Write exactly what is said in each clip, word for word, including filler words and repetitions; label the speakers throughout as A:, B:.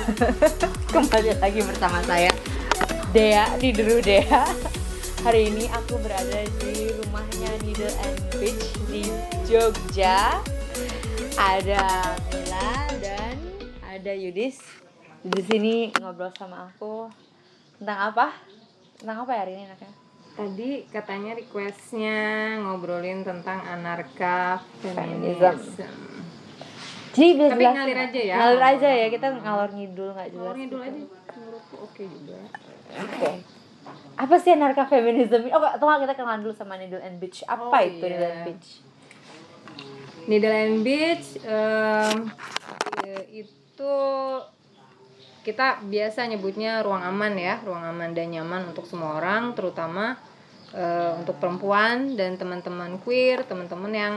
A: Kembali lagi bersama saya Dea di Duru Dea. Hari ini aku berada di rumahnya Needle and Beach di Jogja. Ada Mila dan ada Yudis di sini ngobrol sama aku tentang apa? Tentang apa ya hari ini enaknya?
B: Tadi katanya requestnya ngobrolin tentang anarka
A: Feminism.
B: feminism.
A: Jadi
B: Tapi ngalir aja ya.
A: Ngalir aja ya, kita ngalor ngidul nggak jelas.
B: Ngalor ngidul aja, menurutku oke juga.
A: Oke. Okay. Apa sih anarka feminism? Oh, atau kita kenalan dulu sama Needle and Beach. Apa
B: oh,
A: itu
B: iya.
A: Needle and Beach?
B: Needle and Beach um, itu kita biasa nyebutnya ruang aman ya, ruang aman dan nyaman untuk semua orang, terutama uh, untuk perempuan dan teman-teman queer, teman-teman yang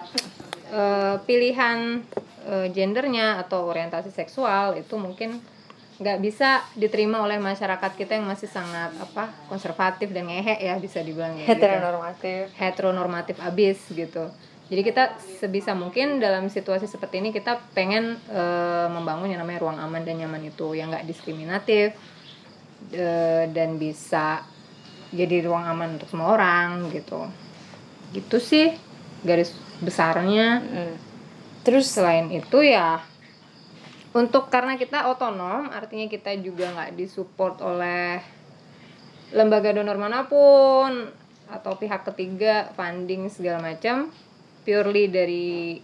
B: uh, pilihan uh, gendernya atau orientasi seksual itu mungkin nggak bisa diterima oleh masyarakat kita yang masih sangat apa konservatif dan ngehe ya, bisa dibilang ya,
A: heteronormatif
B: gitu. heteronormatif abis gitu. Jadi kita sebisa mungkin dalam situasi seperti ini kita pengen e, membangun yang namanya ruang aman dan nyaman itu yang nggak diskriminatif e, dan bisa jadi ruang aman untuk semua orang gitu. Gitu sih garis besarnya.
A: Mm. Terus
B: selain itu ya untuk karena kita otonom, artinya kita juga nggak disupport oleh lembaga donor manapun atau pihak ketiga, funding segala macam, purely dari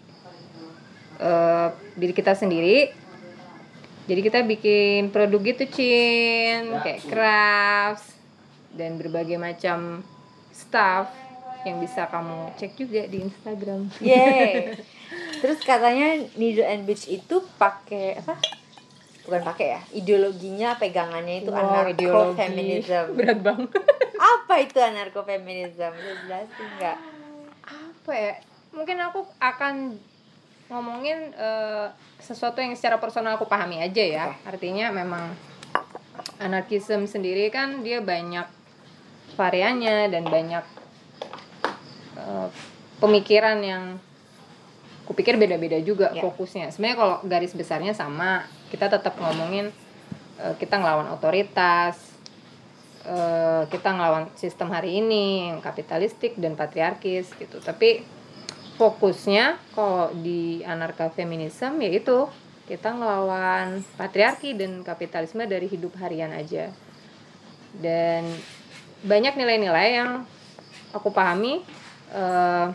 B: uh, diri kita sendiri. Jadi kita bikin produk gitu, Cin, kayak crafts dan berbagai macam stuff yang bisa kamu cek juga di Instagram.
A: Yeay. Terus katanya Needle and Beach itu pakai apa? Bukan pakai ya, ideologinya pegangannya itu
B: wow,
A: anarcho-feminism.
B: Berat banget.
A: Apa itu anarcho-feminism? Bisa jelasin nggak?
B: Apa ya? Mungkin aku akan ngomongin uh, sesuatu yang secara personal aku pahami aja ya. Okay. Artinya memang anarkisme sendiri kan dia banyak variannya dan banyak uh, pemikiran yang kupikir beda-beda juga yeah. fokusnya. Sebenarnya kalau garis besarnya sama, kita tetap ngomongin uh, kita ngelawan otoritas, uh, kita ngelawan sistem hari ini yang kapitalistik dan patriarkis gitu. Tapi fokusnya kalau di anarka feminism yaitu kita ngelawan patriarki dan kapitalisme dari hidup harian aja. Dan banyak nilai-nilai yang aku pahami uh,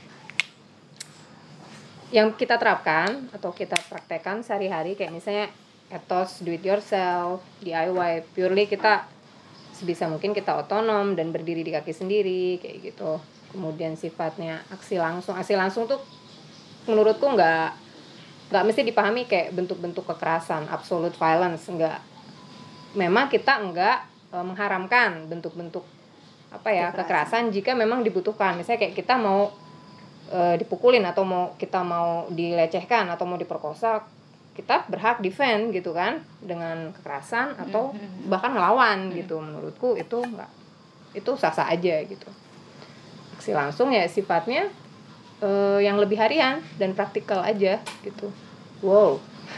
B: yang kita terapkan atau kita praktekkan sehari-hari, kayak misalnya ethos do it yourself, D I Y, purely kita sebisa mungkin kita otonom dan berdiri di kaki sendiri kayak gitu. Kemudian sifatnya aksi langsung. Aksi langsung tuh menurutku nggak nggak mesti dipahami kayak bentuk-bentuk kekerasan, absolute violence, enggak. Memang kita enggak e, mengharamkan bentuk-bentuk apa ya kekerasan. kekerasan jika memang dibutuhkan. Misalnya kayak kita mau e, dipukulin atau mau kita mau dilecehkan atau mau diperkosa, kita berhak defend gitu kan dengan kekerasan atau bahkan ngelawan gitu. Menurutku itu enggak, itu sah-sah aja gitu. Aksi langsung ya sifatnya uh, yang lebih harian dan praktikal aja gitu. Wow.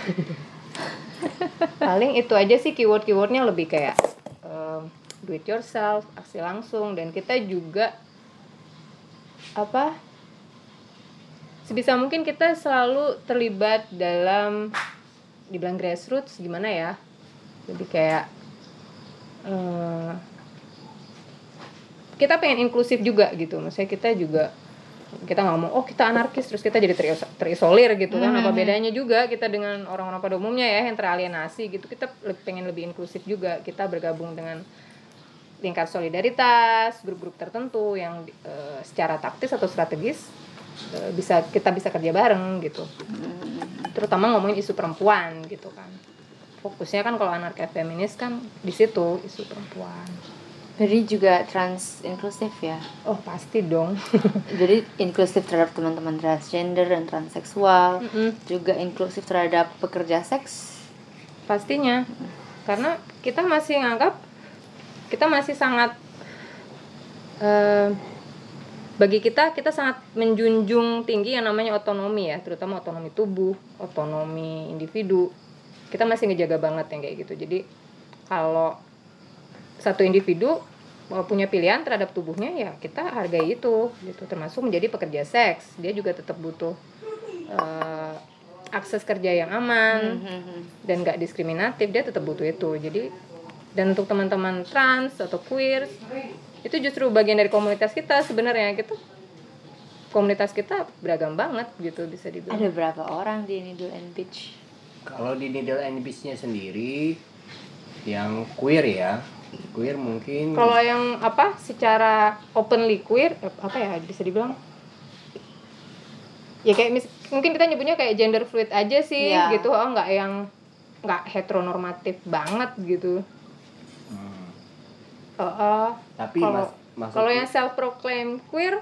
B: Paling itu aja sih keyword-keywordnya, lebih kayak uh, do it yourself, aksi langsung, dan kita juga apa? Sebisa mungkin kita selalu terlibat dalam dibilang grassroots gimana ya? Lebih kayak uh, kita pengen inklusif juga gitu. Maksudnya kita juga kita ngomong oh kita anarkis terus kita jadi teris- terisolir gitu kan. Mm-hmm. Apa bedanya juga kita dengan orang-orang pada umumnya ya yang teralienasi gitu. Kita lebih, pengen lebih inklusif juga. Kita bergabung dengan lingkar solidaritas, grup-grup tertentu yang uh, secara taktis atau strategis uh, bisa kita bisa kerja bareng gitu. Mm-hmm. Terutama ngomongin isu perempuan gitu kan. Fokusnya kan kalau anarka feminis kan di situ isu perempuan.
A: Jadi juga trans inklusif ya?
B: Oh pasti dong.
A: Jadi inklusif terhadap teman-teman transgender dan transseksual,
B: mm-hmm.
A: juga inklusif terhadap pekerja seks.
B: Pastinya, mm-hmm. karena kita masih nganggap kita masih sangat uh, bagi kita kita sangat menjunjung tinggi yang namanya otonomi ya, terutama otonomi tubuh, otonomi individu. kita masih ngejaga banget yang kayak gitu. Jadi kalau satu individu punya pilihan terhadap tubuhnya, ya kita hargai itu gitu. Termasuk menjadi pekerja seks, dia juga tetap butuh uh, akses kerja yang aman mm-hmm. dan nggak diskriminatif, dia tetap butuh itu. Jadi dan untuk teman-teman trans atau queer, itu justru bagian dari komunitas kita sebenarnya. Gitu, komunitas kita beragam banget gitu bisa dibilang.
A: Ada berapa orang di Needle and Beach?
C: Kalau di Needle and Beach-nya sendiri yang queer ya, queer mungkin.
B: Kalau yang apa secara openly queer apa ya bisa dibilang? Ya kayak mis- mungkin kita nyebutnya kayak gender fluid aja sih yeah. gitu, oh nggak yang nggak heteronormatif banget gitu. Hmm. Uh, uh,
C: Tapi
B: kalau kalau yang self proclaim queer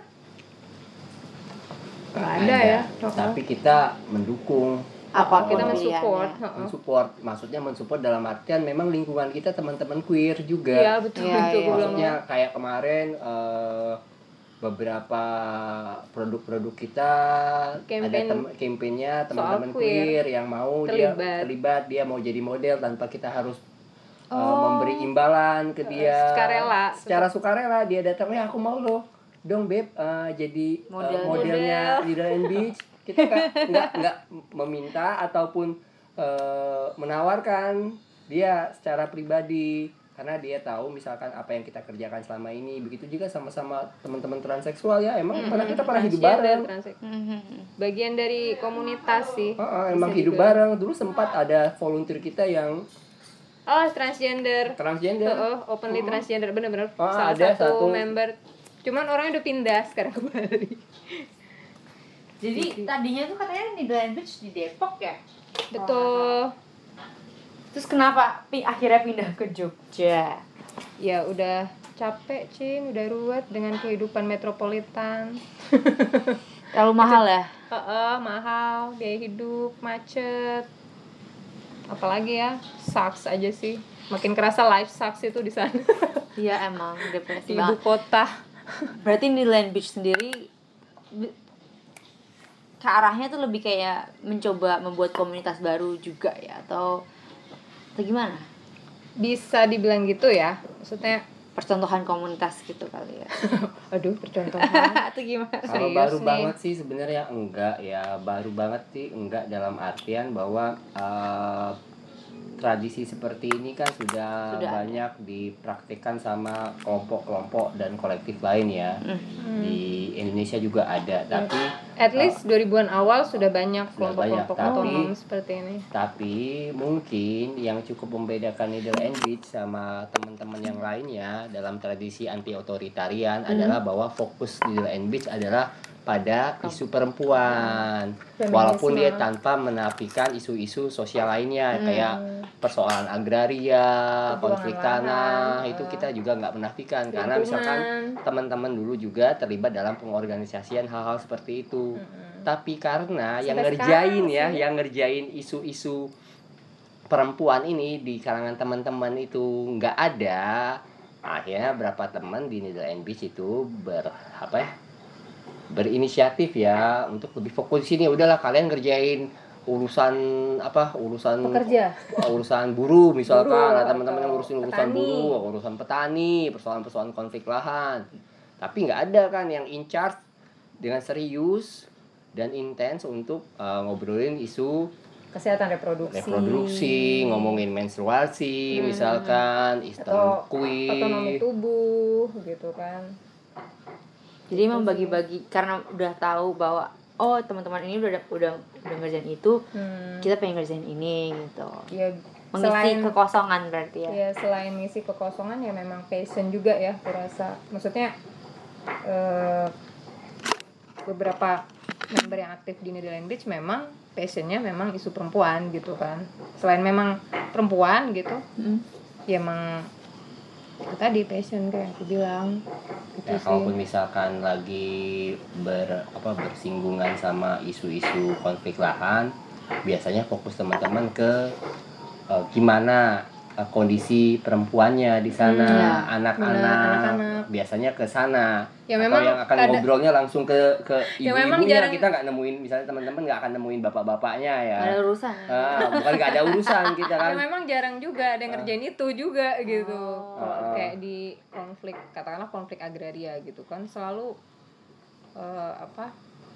B: nggak ada, ada ya. Uh-uh.
C: Tapi kita mendukung.
B: Apa kita mensupport?
C: Ya. Uh-uh. Mensupport, maksudnya mensupport dalam artian memang lingkungan kita teman-teman queer juga.
B: Iya betul
A: ya,
B: itu.
A: Ya.
C: Maksudnya kayak kemarin. Uh, beberapa produk-produk kita
B: campaign,
C: ada tem- campaignnya teman-teman queer, queer yang mau
B: terlibat.
C: dia terlibat, dia mau jadi model tanpa kita harus oh. uh, memberi imbalan ke dia
B: sukarela.
C: secara sukarela dia datang, ya aku mau loh dong beb uh, jadi
A: model,
C: uh, modelnya
B: model.
C: Needle and Beach. Kita nggak nggak nggak meminta ataupun uh, menawarkan dia secara pribadi, karena dia tahu misalkan apa yang kita kerjakan selama ini. Begitu juga sama-sama teman-teman transseksual ya, emang mm-hmm. karena kita pernah hidup bareng,
B: mm-hmm. bagian dari komunitas sih.
C: uh, uh, emang hidup juga bareng. Dulu sempat ada volunteer kita yang
B: oh transgender
C: transgender
B: uh, uh, openly uh. transgender, benar-benar
C: oh,
B: salah
C: ada
B: satu,
C: satu
B: member, cuman orangnya udah pindah sekarang ke Bali.
A: Jadi tadinya tuh katanya Needle and Beach di Depok ya?
B: Betul.
A: Terus kenapa akhirnya pindah ke Jogja?
B: Ya udah capek Cing, udah ruwet dengan kehidupan metropolitan.
A: Terlalu mahal ya?
B: Heeh, uh, uh, mahal, biaya hidup, macet. Apalagi ya, sucks aja sih. Makin kerasa life sucks itu di sana.
A: Iya emang depresi
B: di ibu kota.
A: Berarti Needle and Beach sendiri ke arahnya tuh lebih kayak mencoba membuat komunitas baru juga ya, atau atau gimana?
B: Bisa dibilang gitu ya, maksudnya
A: percontohan komunitas gitu kali ya.
B: Aduh, percontohan
A: atau gimana?
C: Kalau baru nih banget sih sebenarnya enggak ya, baru banget sih enggak dalam artian bahwa uh, tradisi seperti ini kan sudah, sudah banyak ada. Dipraktikkan sama kelompok-kelompok dan kolektif lain ya. Mm. Di Indonesia juga ada, tapi
B: at least uh, dua ribuan awal sudah banyak kelompok-kelompok
C: banyak,
B: otonom seperti ini.
C: Tapi mungkin yang cukup membedakan Needle and Beach sama teman-teman yang lainnya dalam tradisi anti otoritarian mm. adalah bahwa fokus Needle and Beach adalah pada isu perempuan, feminisme. Walaupun dia tanpa menafikan isu-isu sosial lainnya hmm. kayak persoalan agraria, konflik tanah, itu kita juga nggak menafikan. Lingkungan. Karena misalkan teman-teman dulu juga terlibat dalam pengorganisasian hal-hal seperti itu. Hmm. Tapi karena Sampai yang ngerjain ya, sih. yang ngerjain isu-isu perempuan ini di kalangan teman-teman itu nggak ada, akhirnya berapa teman di Needle and Beach itu ber apa ya? berinisiatif ya untuk lebih fokus di sini. Udahlah kalian ngerjain urusan apa urusan
B: pekerja,
C: urusan buruh misalkan,
B: buruh,
C: nah, teman-teman yang ngurusin urusan
B: petani.
C: buruh, urusan petani, persoalan-persoalan konflik lahan. Tapi nggak ada kan yang in charge dengan serius dan intens untuk uh, ngobrolin isu
B: kesehatan reproduksi,
C: reproduksi, ngomongin menstruasi, hmm. misalkan
B: atau
C: queer,
B: otonomi tubuh gitu kan.
A: Jadi membagi-bagi karena udah tahu bahwa oh teman-teman ini udah udah udah ngerjain itu, hmm. kita pengen ngerjain ini gitu.
B: Ya,
A: mengisi selain, kekosongan berarti ya.
B: Ya selain ngisi kekosongan ya memang passion juga ya, aku rasa. Maksudnya eh, beberapa member yang aktif di Needle and Beach memang passionnya memang isu perempuan gitu kan. Selain memang perempuan gitu, hmm. ya emang itu tadi passion kayak aku bilang gitu
C: ya,
B: sih.
C: Kalaupun misalkan lagi ber apa bersinggungan sama isu-isu konflik lahan, biasanya fokus teman-teman ke uh, gimana uh, kondisi perempuannya di sana,
B: Hmm,
A: ya.
C: anak-anak,
B: anak-anak.
C: biasanya ke sana.
B: Ya
C: Atau
B: memang
C: yang akan
B: ada-
C: ngobrolnya langsung ke ke
B: Ya memang
C: ibu-ibunya,
B: jarang-
C: kita nggak nemuin, misalnya teman-teman nggak akan nemuin bapak-bapaknya ya.
A: Ada urusan.
C: Ah, bukan nggak ada urusan kita kan.
B: Ya memang jarang juga ada yang ngerjain itu juga gitu.
A: Oh.
B: Kalau kayak di konflik, katakanlah konflik agraria gitu kan selalu eh, apa?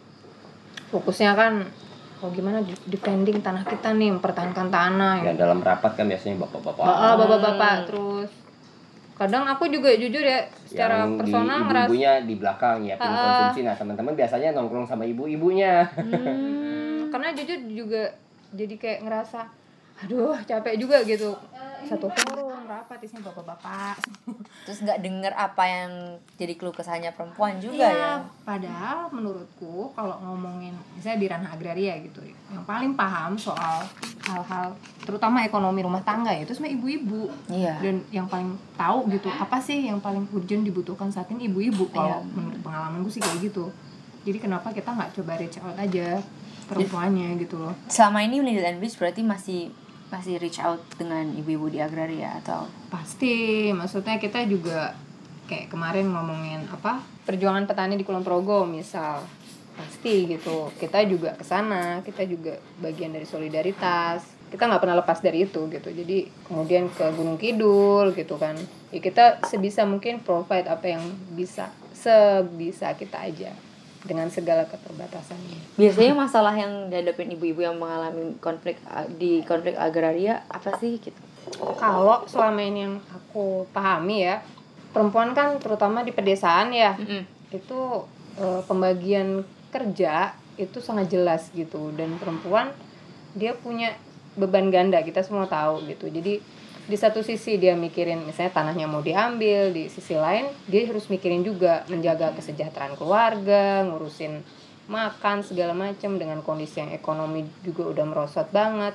B: Fokusnya kan oh gimana de- defending tanah kita nih, mempertahankan tanah
C: Ya
B: ya.
C: dalam rapat kan biasanya bapak-bapak.
B: Ah, bapak-bapak terus kadang aku juga jujur ya secara
C: yang
B: personal
C: di,
B: ngerasa
C: ibu-ibunya di belakang ya
B: Ah.
C: konsumsi. Nah teman-teman biasanya nongkrong sama ibu-ibunya.
B: Hmm, karena jujur juga jadi kayak ngerasa aduh capek juga gitu satu forum rapat isinya bapak-bapak.
A: Terus nggak denger apa yang jadi keluh kesahnya perempuan juga
B: Iya,
A: ya.
B: padahal menurutku kalau ngomongin misalnya di ranah agraria gitu yang paling paham soal hal-hal terutama ekonomi rumah tangga ya, itu sebenarnya ibu-ibu.
A: Iya.
B: Dan yang paling tahu gitu apa sih yang paling urgent dibutuhkan saat ini ibu-ibu kalau
A: Iya.
B: menurut pengalamanku sih kayak gitu. Jadi kenapa kita nggak coba reach out aja perempuannya gitu loh.
A: Selama ini Needle and Beach berarti masih masih reach out dengan ibu-ibu di agraria atau
B: Pasti, maksudnya kita juga kayak kemarin ngomongin apa perjuangan petani di Kulon Progo misal, pasti gitu kita juga kesana, kita juga bagian dari solidaritas, kita nggak pernah lepas dari itu gitu. Jadi kemudian ke Gunung Kidul gitu kan, ya kita sebisa mungkin provide apa yang bisa, sebisa kita aja dengan segala keterbatasannya.
A: biasanya masalah yang dihadapin ibu-ibu yang mengalami konflik uh, di konflik agraria apa sih gitu?
B: Kalau selama ini yang aku pahami ya, perempuan kan terutama di pedesaan ya,
A: Mm-mm.
B: itu e, pembagian kerja itu sangat jelas gitu, dan perempuan dia punya beban ganda, kita semua tahu gitu. Jadi di satu sisi dia mikirin misalnya tanahnya mau diambil, di sisi lain dia harus mikirin juga menjaga kesejahteraan keluarga, ngurusin makan segala macam dengan kondisi yang ekonomi juga udah merosot banget.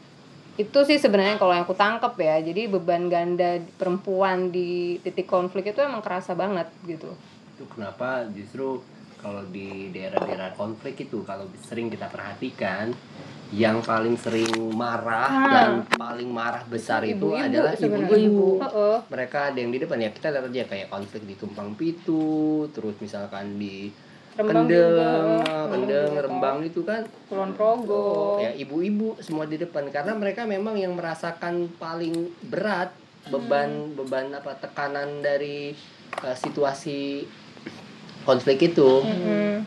B: Itu sih sebenarnya kalau yang aku tangkep ya. Jadi beban ganda perempuan di titik konflik itu emang kerasa banget gitu.
C: Itu kenapa justru kalau di daerah-daerah konflik itu kalau sering kita perhatikan yang paling sering marah
B: Ah.
C: dan paling marah besar itu
B: Ibu-ibu
C: adalah
B: sebenarnya.
C: ibu-ibu.
B: Heeh.
C: Mereka ada yang di depan ya, kita lihat aja kayak konflik di Tumpang Pitu, terus misalkan di
B: Rembang
C: Kendeng,
B: juga,
C: ah,
B: Rembang
C: Kendeng,
B: juga
C: Rembang itu kan
B: Kulon Progo.
C: ya ibu-ibu semua di depan karena mereka memang yang merasakan paling berat beban beban apa tekanan dari uh, situasi konflik itu.
B: Mm-mm.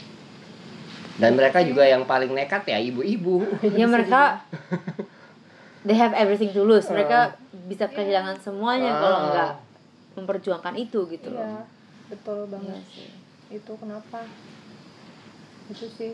C: Dan mereka juga yang paling nekat ya ibu-ibu.
A: Ya mereka they have everything to lose. Mereka bisa kehilangan semuanya
C: Ah.
A: kalau nggak memperjuangkan itu gitu loh.
B: Iya, betul
A: Iya
B: banget.
A: sih.
B: Itu kenapa? Itu sih.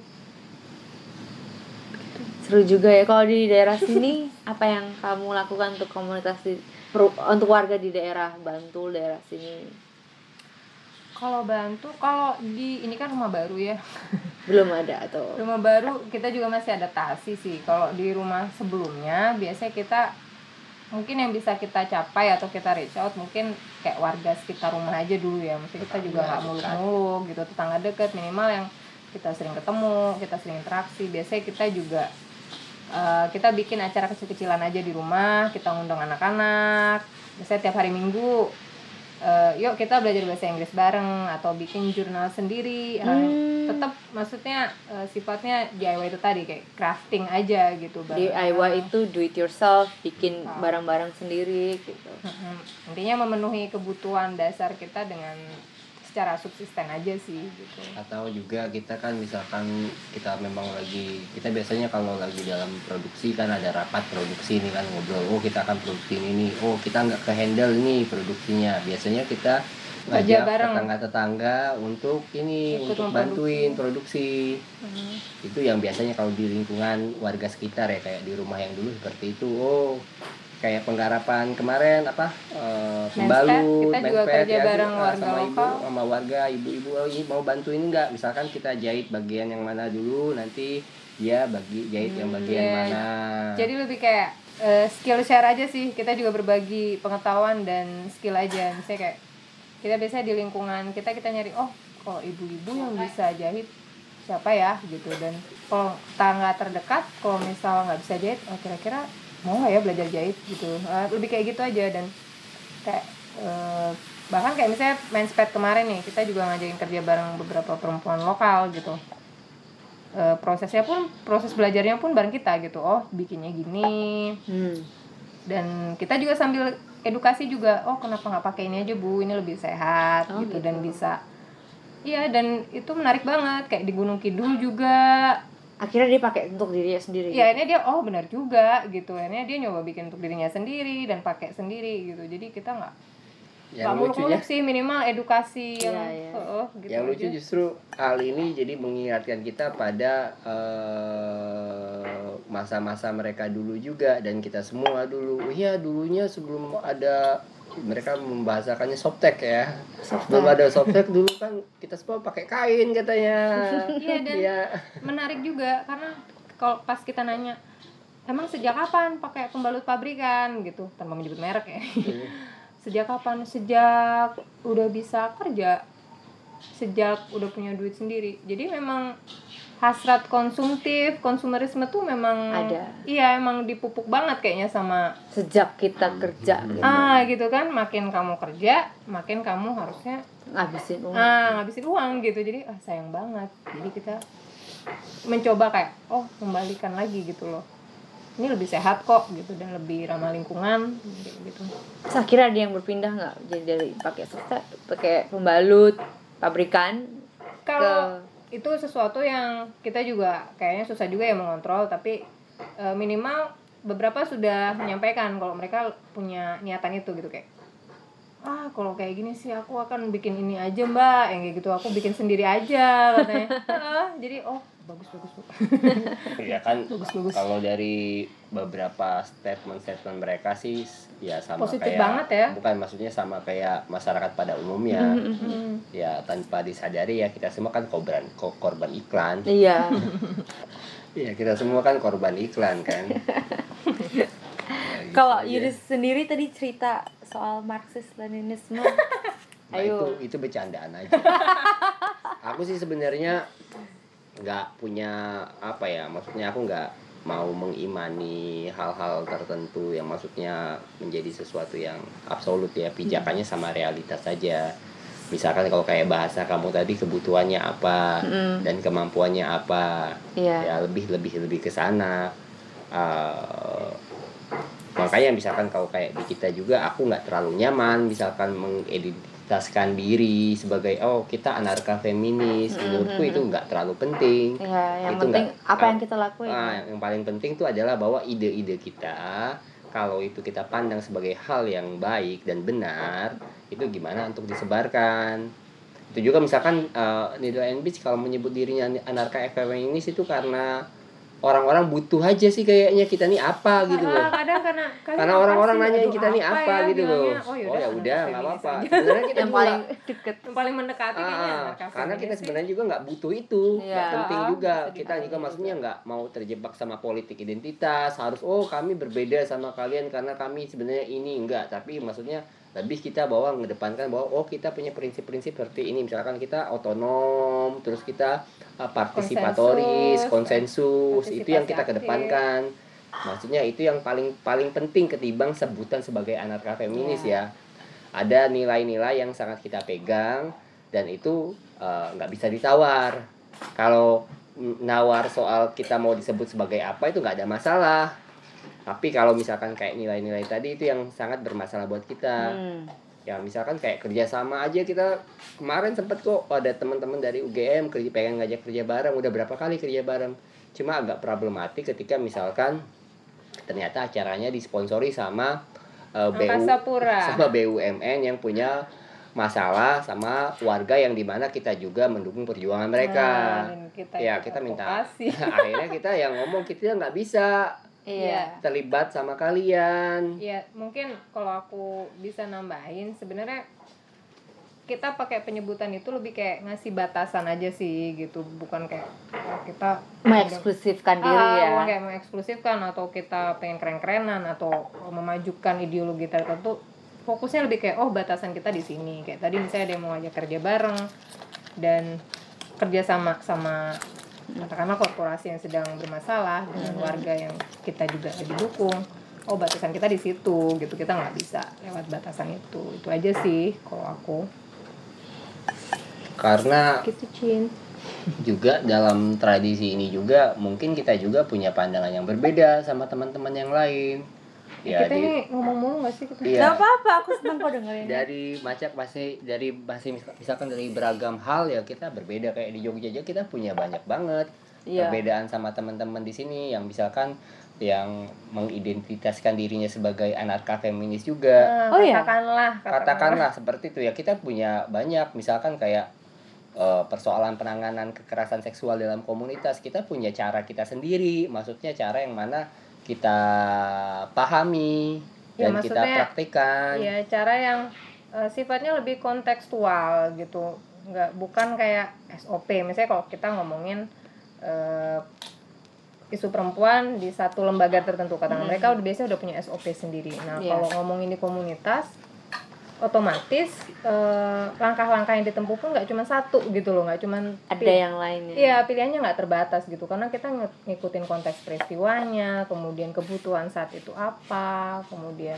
A: Seru juga ya kalau di daerah sini. Apa yang kamu lakukan untuk komunitas di, per- untuk warga di daerah Bantul daerah sini?
B: Kalau bantu, kalau di ini kan rumah baru ya.
A: Belum ada atau
B: Rumah baru kita juga masih adaptasi sih. Kalau di rumah sebelumnya biasanya kita mungkin yang bisa kita capai atau kita reach out mungkin kayak warga sekitar rumah aja dulu ya. Maksudnya kita juga nggak muluk-muluk gitu, tetangga dekat minimal yang kita sering ketemu, kita sering interaksi. Biasanya kita juga uh, kita bikin acara kecil-kecilan aja di rumah, kita ngundang anak-anak. Biasanya tiap hari Minggu uh, yuk kita belajar bahasa Inggris bareng atau bikin jurnal sendiri. Uh,
A: Hmm.
B: tetap maksudnya uh, sifatnya D I Y itu tadi kayak crafting aja gitu
A: D I Y itu do it yourself, bikin barang-barang sendiri gitu.
B: Mm-mm. Intinya memenuhi kebutuhan dasar kita dengan secara subsisten aja sih gitu.
C: Atau juga kita kan misalkan kita memang lagi kita biasanya kalau lagi dalam produksi kan ada rapat produksi nih kan ngobrol, oh kita akan produksi ini, oh kita nggak ke handle nih produksinya, biasanya kita
B: Kerja
C: ngajak
B: bareng.
C: tetangga-tetangga untuk ini
B: Ikut
C: untuk
B: memproduksi.
C: bantuin produksi.
B: Hmm.
C: Itu yang biasanya kalau di lingkungan warga sekitar ya, kayak di rumah yang dulu seperti itu. Oh kayak penggarapan kemarin apa eh, pembalut,
B: kita juga
C: menspet,
B: kerja
C: ya,
B: bareng
C: ah,
B: warga
C: sama ibu,
B: lokal.
C: sama warga ibu-ibu, oh, ini mau bantuin nggak? Misalkan kita jahit bagian yang mana dulu, nanti dia bagi jahit yang bagian
B: iya.
C: mana.
B: Jadi lebih kayak eh, skill share aja sih. Kita juga berbagi pengetahuan dan skill aja. Misalnya kayak kita biasanya di lingkungan kita kita nyari oh kalau ibu-ibu yang bisa jahit siapa ya gitu, dan kalau tetangga terdekat kalau misal nggak bisa jahit oh kira-kira mau nggak ya belajar jahit gitu, uh, lebih kayak gitu aja. Dan kayak uh, bahkan kayak misalnya Mensped kemarin nih, kita juga ngajakin kerja bareng beberapa perempuan lokal gitu. Uh, prosesnya pun proses belajarnya pun bareng kita gitu, oh bikinnya gini. hmm. Dan kita juga sambil edukasi juga, oh kenapa nggak pakai ini aja Bu, ini lebih sehat. oh, gitu. gitu dan bisa iya, dan itu menarik banget. Kayak di Gunung Kidul juga
A: akhirnya dia pakai untuk dirinya sendiri.
B: Iya, ini dia oh benar juga gitu. Ini dia nyoba bikin untuk dirinya sendiri dan pakai sendiri gitu. Jadi kita nggak nggak muluk-muluk sih, minimal edukasi yang
A: ya, ya.
B: Oh, gitu
C: yang
B: aja.
C: lucu justru hal ini jadi mengingatkan kita pada uh, masa-masa mereka dulu juga, dan kita semua dulu. Iya, dulunya sebelum ada mereka membahasakannya softtek ya. Belum ada softtek dulu kan kita semua pakai kain katanya.
B: Iya, dan ya. Menarik juga karena kalau pas kita nanya, emang sejak kapan pakai pembalut pabrikan gitu, tanpa menyebut merek ya. Sejak kapan? Sejak udah bisa kerja, sejak udah punya duit sendiri. Jadi memang hasrat konsumtif, konsumerisme tuh memang
A: ada.
B: Iya, emang dipupuk banget kayaknya sama
A: sejak kita kerja.
B: Gitu. Ah, gitu kan, makin kamu kerja, makin kamu harusnya
A: ngabisin uang.
B: Ah, ngabisin uang gitu. Jadi ah sayang banget. Jadi kita mencoba kayak oh, kembalikan lagi gitu loh. Ini lebih sehat kok gitu dan lebih ramah lingkungan gitu.
A: Terus akhirnya ada yang berpindah nggak jadi dari pakai softtek, pakai pembalut pabrikan?
B: Kalau ke... itu sesuatu yang kita juga kayaknya susah juga ya mengontrol, tapi e, minimal beberapa sudah menyampaikan kalau mereka punya niatan itu gitu, kayak ah kalau kayak gini sih aku akan bikin ini aja Mbak, yang kayak gitu aku bikin sendiri aja katanya. ah, jadi oh bagus bagus bagus.
C: Ya kan
B: bagus, bagus.
C: Kalau dari beberapa statement-statement mereka sih ya sama
B: positif
C: kayak
B: banget ya.
C: Bukan, maksudnya sama kayak masyarakat pada umumnya.
B: Mm-hmm.
C: Ya tanpa disadari ya kita semua kan korban korban iklan.
A: Iya.
C: Iya, kita semua kan korban iklan kan. Ya, gitu
A: kalau
C: aja.
A: Yuris sendiri tadi cerita soal Marxis-Leninisme.
C: Nah,
A: Ayo.
C: itu itu bercandaan aja. Aku sih sebenarnya nggak punya apa ya, maksudnya aku nggak mau mengimani hal-hal tertentu yang maksudnya menjadi sesuatu yang absolut ya, pijakannya sama realitas saja. Misalkan kalau kayak bahasa kamu tadi, kebutuhannya apa mm. dan kemampuannya apa,
A: yeah.
C: ya lebih lebih lebih ke sana. Uh, makanya misalkan kalau kayak di kita juga aku nggak terlalu nyaman misalkan mengidentitaskan diri sebagai oh kita anarka feminis. Mm-hmm. Menurutku itu nggak terlalu penting.
A: Ya, yang
C: itu
A: penting
C: gak,
A: apa yang kita lakuin.
C: Nah, yang paling penting itu adalah bahwa ide-ide kita, kalau itu kita pandang sebagai hal yang baik dan benar, itu gimana untuk disebarkan. Itu juga misalkan uh, Needle and Beach kalau menyebut dirinya anarka feminis itu karena orang-orang butuh aja sih kayaknya kita nih apa gitu loh.
B: Kadang karena
C: karena orang-orang nanyain kita nih apa,
B: ya,
C: gitu loh.
B: Oh
C: ya udah nggak apa-apa. Sebenarnya kita
A: yang
C: juga
A: paling deket,
B: yang paling mendekati
C: ah,
B: kayaknya.
C: Karena kita sebenarnya juga nggak butuh itu, nggak
A: ya.
C: penting juga.
B: Oh,
C: kita juga maksudnya nggak mau terjebak sama politik identitas. Harus oh kami berbeda sama kalian karena kami sebenarnya ini enggak. Tapi maksudnya lebih kita bawa mengedepankan bahwa oh kita punya prinsip-prinsip seperti ini, misalkan kita otonom, terus kita uh, partisipatoris, konsensus, itu yang kita kedepankan. Maksudnya itu yang paling paling penting ketimbang sebutan sebagai anarka feminis ya. ya. Ada nilai-nilai yang sangat kita pegang dan itu nggak uh, bisa ditawar. Kalau nawar soal kita mau disebut sebagai apa itu nggak ada masalah. Tapi kalau misalkan kayak nilai-nilai tadi itu yang sangat bermasalah buat kita. Hmm. Ya misalkan kayak kerjasama aja, kita kemarin sempet kok ada teman-teman dari U G M kerja pengen ngajak kerja bareng, udah berapa kali kerja bareng. Cuma agak problematik ketika misalkan ternyata acaranya disponsori sama uh, B U sama B U M N yang punya masalah sama warga yang dimana kita juga mendukung perjuangan mereka. Nah, kita ya kita minta akhirnya kita yang ngomong kita nggak bisa. Iya. Terlibat sama kalian.
B: Iya, mungkin kalau aku bisa nambahin, sebenarnya kita pakai penyebutan itu lebih kayak ngasih batasan aja sih gitu, bukan kayak oh, kita
A: mengeksklusifkan diri
B: ah,
A: ya.
B: Kayak mengeksklusifkan atau kita pengen keren-kerenan atau memajukan ideologi tertentu. Fokusnya lebih kayak oh batasan kita di sini. Kayak tadi misalnya ada yang mau ngajak kerja bareng dan kerja sama sama katakanlah korporasi yang sedang bermasalah dengan warga yang kita juga didukung, oh batasan kita di situ gitu, kita nggak bisa lewat batasan itu. Itu aja sih kalau aku.
C: Karena
B: Gitu Cin.
C: juga dalam tradisi ini juga mungkin kita juga punya pandangan yang berbeda sama teman-teman yang lain.
B: Ya, kita
C: di-
B: ini ngomong mulu nggak sih kita?
C: Iya.
A: Gak apa-apa, aku seneng kok dengerin.
C: Dari macam masih dari masih misalkan dari beragam hal ya kita berbeda, kayak di Jogja aja kita punya banyak banget
A: Iya.
C: perbedaan sama teman-teman di sini yang misalkan yang mengidentitaskan dirinya sebagai anarka feminis juga.
B: Nah,
A: Oh, iya?
B: katakanlah,
C: Katakanlah seperti itu ya, kita punya banyak misalkan kayak eh, persoalan penanganan kekerasan seksual dalam komunitas, kita punya cara kita sendiri, maksudnya cara yang mana kita pahami
B: Ya,
C: dan kita
B: maksudnya,
C: praktikkan.
B: ya cara yang uh, sifatnya lebih kontekstual gitu, nggak bukan kayak S O P. Misalnya kalau kita ngomongin uh, isu perempuan di satu lembaga tertentu, katakan
A: Hmm.
B: mereka udah biasa udah punya S O P sendiri. Nah
A: Iya.
B: kalau ngomongin di komunitas, otomatis uh, langkah-langkah yang ditempuh pun nggak cuma satu gitu loh, nggak cuma
A: Ada yang lainnya.
B: Iya, pilihannya nggak terbatas gitu, karena kita ng- ngikutin konteks peristiwanya, kemudian kebutuhan saat itu apa, kemudian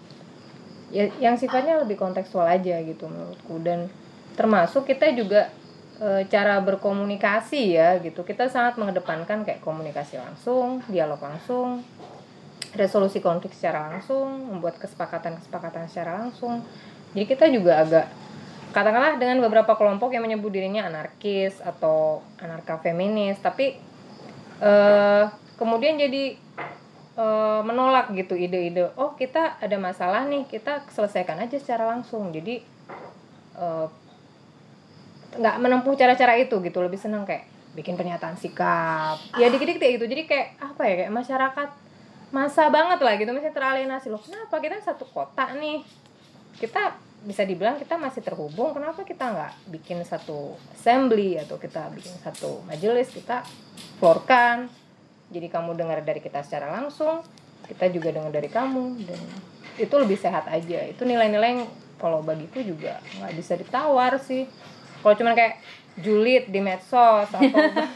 B: ya yang sifatnya lebih kontekstual aja gitu menurutku. Dan termasuk kita juga e, cara berkomunikasi ya gitu, kita sangat mengedepankan kayak komunikasi langsung, dialog langsung, resolusi konflik secara langsung, membuat kesepakatan-kesepakatan secara langsung. Jadi kita juga agak, katakanlah dengan beberapa kelompok yang menyebut dirinya anarkis atau anarka feminis, tapi eh, kemudian jadi eh, menolak gitu ide-ide, oh kita ada masalah nih, kita selesaikan aja secara langsung. Jadi eh, nggak menempuh cara-cara itu gitu, lebih senang kayak bikin pernyataan sikap, ya dikit-dikit kayak gitu. Jadi kayak apa ya, kayak masyarakat masa banget lah gitu, misalnya teralienasi. Loh kenapa kita satu kota nih, kita bisa dibilang kita masih terhubung, kenapa kita nggak bikin satu assembly atau kita bikin satu majelis, kita floorkan, jadi kamu dengar dari kita secara langsung, kita juga dengar dari kamu, dan itu lebih sehat aja. Itu nilai-nilai yang kalau bagiku juga nggak bisa ditawar sih. Kalau cuman kayak julid di medsos atau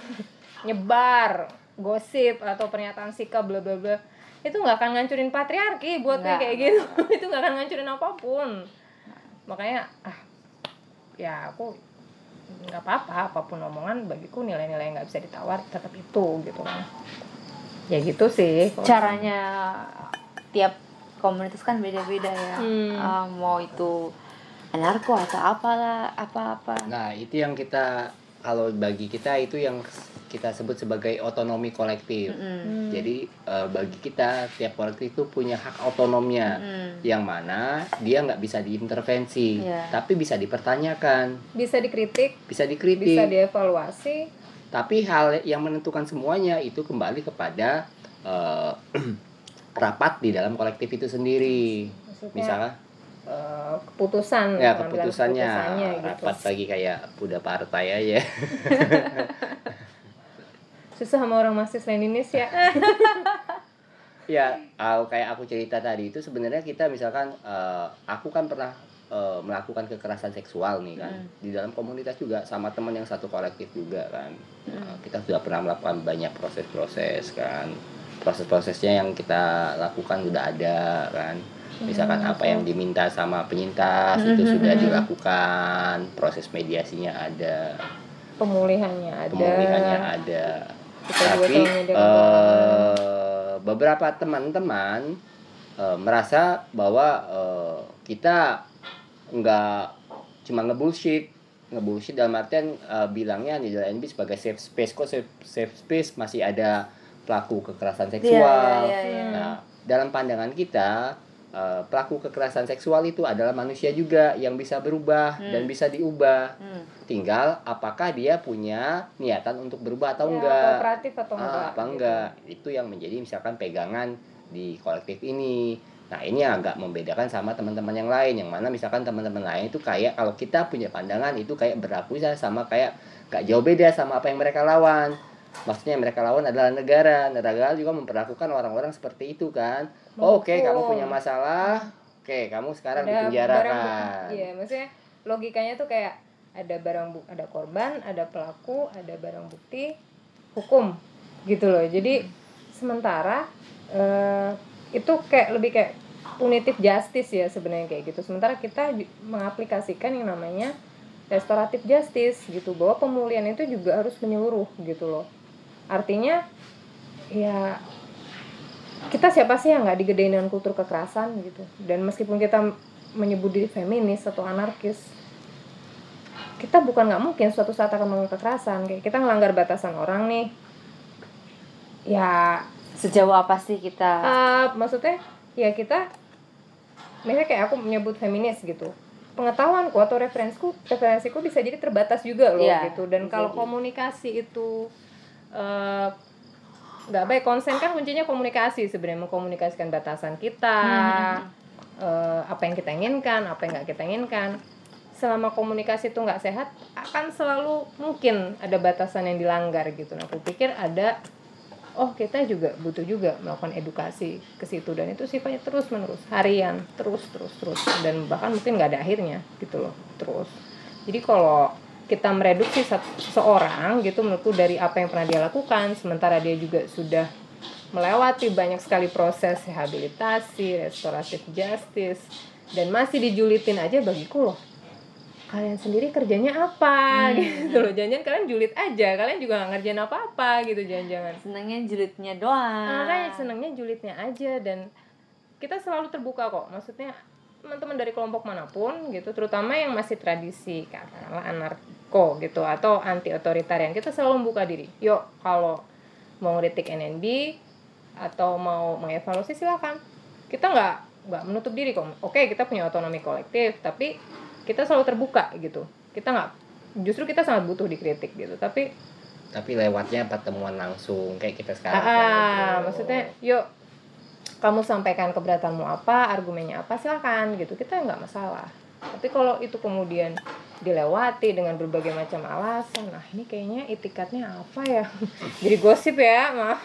B: nyebar gosip atau pernyataan sikap bla bla bla, itu nggak akan ngancurin patriarki buat
A: Nggak.
B: kayak gitu. Itu nggak akan ngancurin apapun. Makanya ah ya aku nggak apa-apa, apapun omongan bagiku nilai-nilai yang nggak bisa ditawar tetap itu gitu kan. Ya gitu sih kalau-
A: Caranya tiap komunitas kan beda-beda ya.
B: Hmm.
A: Ah, mau itu anarko atau apalah, apa-apa.
C: Nah, itu yang kita, kalau bagi kita itu yang kita sebut sebagai otonomi kolektif.
A: Mm-mm.
B: Hmm.
C: Jadi eh, bagi kita tiap kolektif itu punya hak otonomnya,
A: Mm.
C: yang mana dia nggak bisa diintervensi,
A: Iya.
C: tapi bisa dipertanyakan,
B: bisa dikritik,
C: bisa dikritik.
B: bisa dievaluasi.
C: Tapi hal yang menentukan semuanya itu kembali kepada eh, rapat di dalam kolektif itu sendiri.
B: Maksudnya
C: Misalnya
B: eh, keputusan,
C: ya
B: pengambilan
C: keputusannya,
B: keputusannya gitu.
C: rapat lagi kayak udah partai aja.
B: Susah sama orang Marxis-Leninis ya.
C: Ya, uh, kayak aku cerita tadi itu sebenarnya kita misalkan uh, aku kan pernah uh, melakukan kekerasan seksual nih kan
A: Hmm.
C: di dalam komunitas juga sama teman yang satu kolektif juga kan.
A: Hmm.
C: Uh, kita sudah pernah melakukan banyak proses-proses kan. Proses-prosesnya yang kita lakukan udah ada kan. Misalkan
B: Hmm,
C: apa yang diminta sama penyintas itu sudah dilakukan, proses mediasinya ada,
B: Pemulihannya ada.
C: pemulihannya ada.
B: Kita juga
C: Tapi
B: telah menyediakan
C: eh, beberapa teman-teman eh, merasa bahwa eh, kita nggak cuma ngebullshit ngebullshit dalam artian eh, bilangnya Needle and Beach sebagai safe space. Kok safe, safe space masih ada pelaku kekerasan seksual.
A: Iya, iya, iya.
C: Nah, dalam pandangan kita eh, pelaku kekerasan seksual itu adalah manusia juga yang bisa berubah
A: Hmm.
C: dan bisa diubah.
A: Hmm.
C: Tinggal apakah dia punya niatan untuk berubah atau
B: Ya,
C: enggak.
B: kooperatif atau enggak.
C: Ah, apa
B: gitu.
C: enggak. Itu yang menjadi misalkan pegangan di kolektif ini. Nah, ini yang agak membedakan sama teman-teman yang lain, yang mana misalkan teman-teman lain itu kayak kalau kita punya pandangan itu kayak berlaku sama kayak gak jauh beda sama apa yang mereka lawan. Maksudnya yang mereka lawan adalah negara. Negara juga memperlakukan orang-orang seperti itu kan. Oh, oke,
B: Menghukum.
C: kamu punya masalah. Oke, kamu sekarang
B: Ada barang
C: dipenjarakan.
B: bukti. Iya, maksudnya logikanya tuh kayak ada barang bu- ada korban, ada pelaku, ada barang bukti, hukum gitu loh. Jadi sementara eh, itu kayak lebih kayak punitive justice ya sebenarnya kayak gitu. Sementara kita mengaplikasikan yang namanya restoratif justice gitu, bahwa pemulihan itu juga harus menyeluruh gitu loh. Artinya ya kita siapa sih yang nggak digedein dengan kultur kekerasan gitu. Dan meskipun kita menyebut diri feminis atau anarkis, kita bukan nggak mungkin suatu saat akan melakukan kekerasan. Kayak kita ngelanggar batasan orang nih, ya
A: sejauh apa sih kita
B: uh, maksudnya ya kita misalnya kayak aku menyebut feminis gitu, pengetahuanku atau referensiku referensiku bisa jadi terbatas juga loh
A: ya,
B: gitu. Dan kalau komunikasi itu nggak uh, baik, konsen kan kuncinya komunikasi sebenarnya, mengkomunikasikan batasan kita, hmm. uh, apa yang kita inginkan, apa yang nggak kita inginkan. Selama komunikasi itu nggak sehat, akan selalu mungkin ada batasan yang dilanggar gitu. Nah, aku pikir ada, oh kita juga butuh juga melakukan edukasi ke situ, dan itu sifatnya terus menerus, harian, terus terus terus, dan bahkan mungkin nggak ada akhirnya gitu loh, terus. Jadi kalau kita mereduksi seseorang gitu, menurutku dari apa yang pernah dia lakukan, sementara dia juga sudah melewati banyak sekali proses rehabilitasi, restoratif justice, dan masih dijulitin aja, bagiku loh, kalian sendiri kerjanya apa hmm. gitu loh, jangan-jangan kalian julid aja, kalian juga nggak ngerjain apa-apa gitu, jangan-jangan
A: senangnya julidnya doang.
B: Nah, makanya senangnya julidnya aja. Dan kita selalu terbuka kok, maksudnya teman-teman dari kelompok manapun gitu, terutama yang masih tradisi katakanlah anarko gitu atau anti otoritarian, kita selalu membuka diri. Yuk, kalau mau ngeritik N N B atau mau mengevaluasi silakan, kita nggak nggak menutup diri kok. Oke, kita punya otonomi kolektif, tapi kita selalu terbuka gitu. Kita nggak, justru kita sangat butuh dikritik gitu. Tapi
C: tapi lewatnya pertemuan langsung kayak kita sekarang.
B: Ah, kan, maksudnya, yuk kamu sampaikan keberatanmu apa, argumennya apa, silakan gitu. Kita nggak masalah. Tapi kalau itu kemudian dilewati dengan berbagai macam alasan, nah ini kayaknya itikatnya apa ya? Jadi gosip ya, maaf.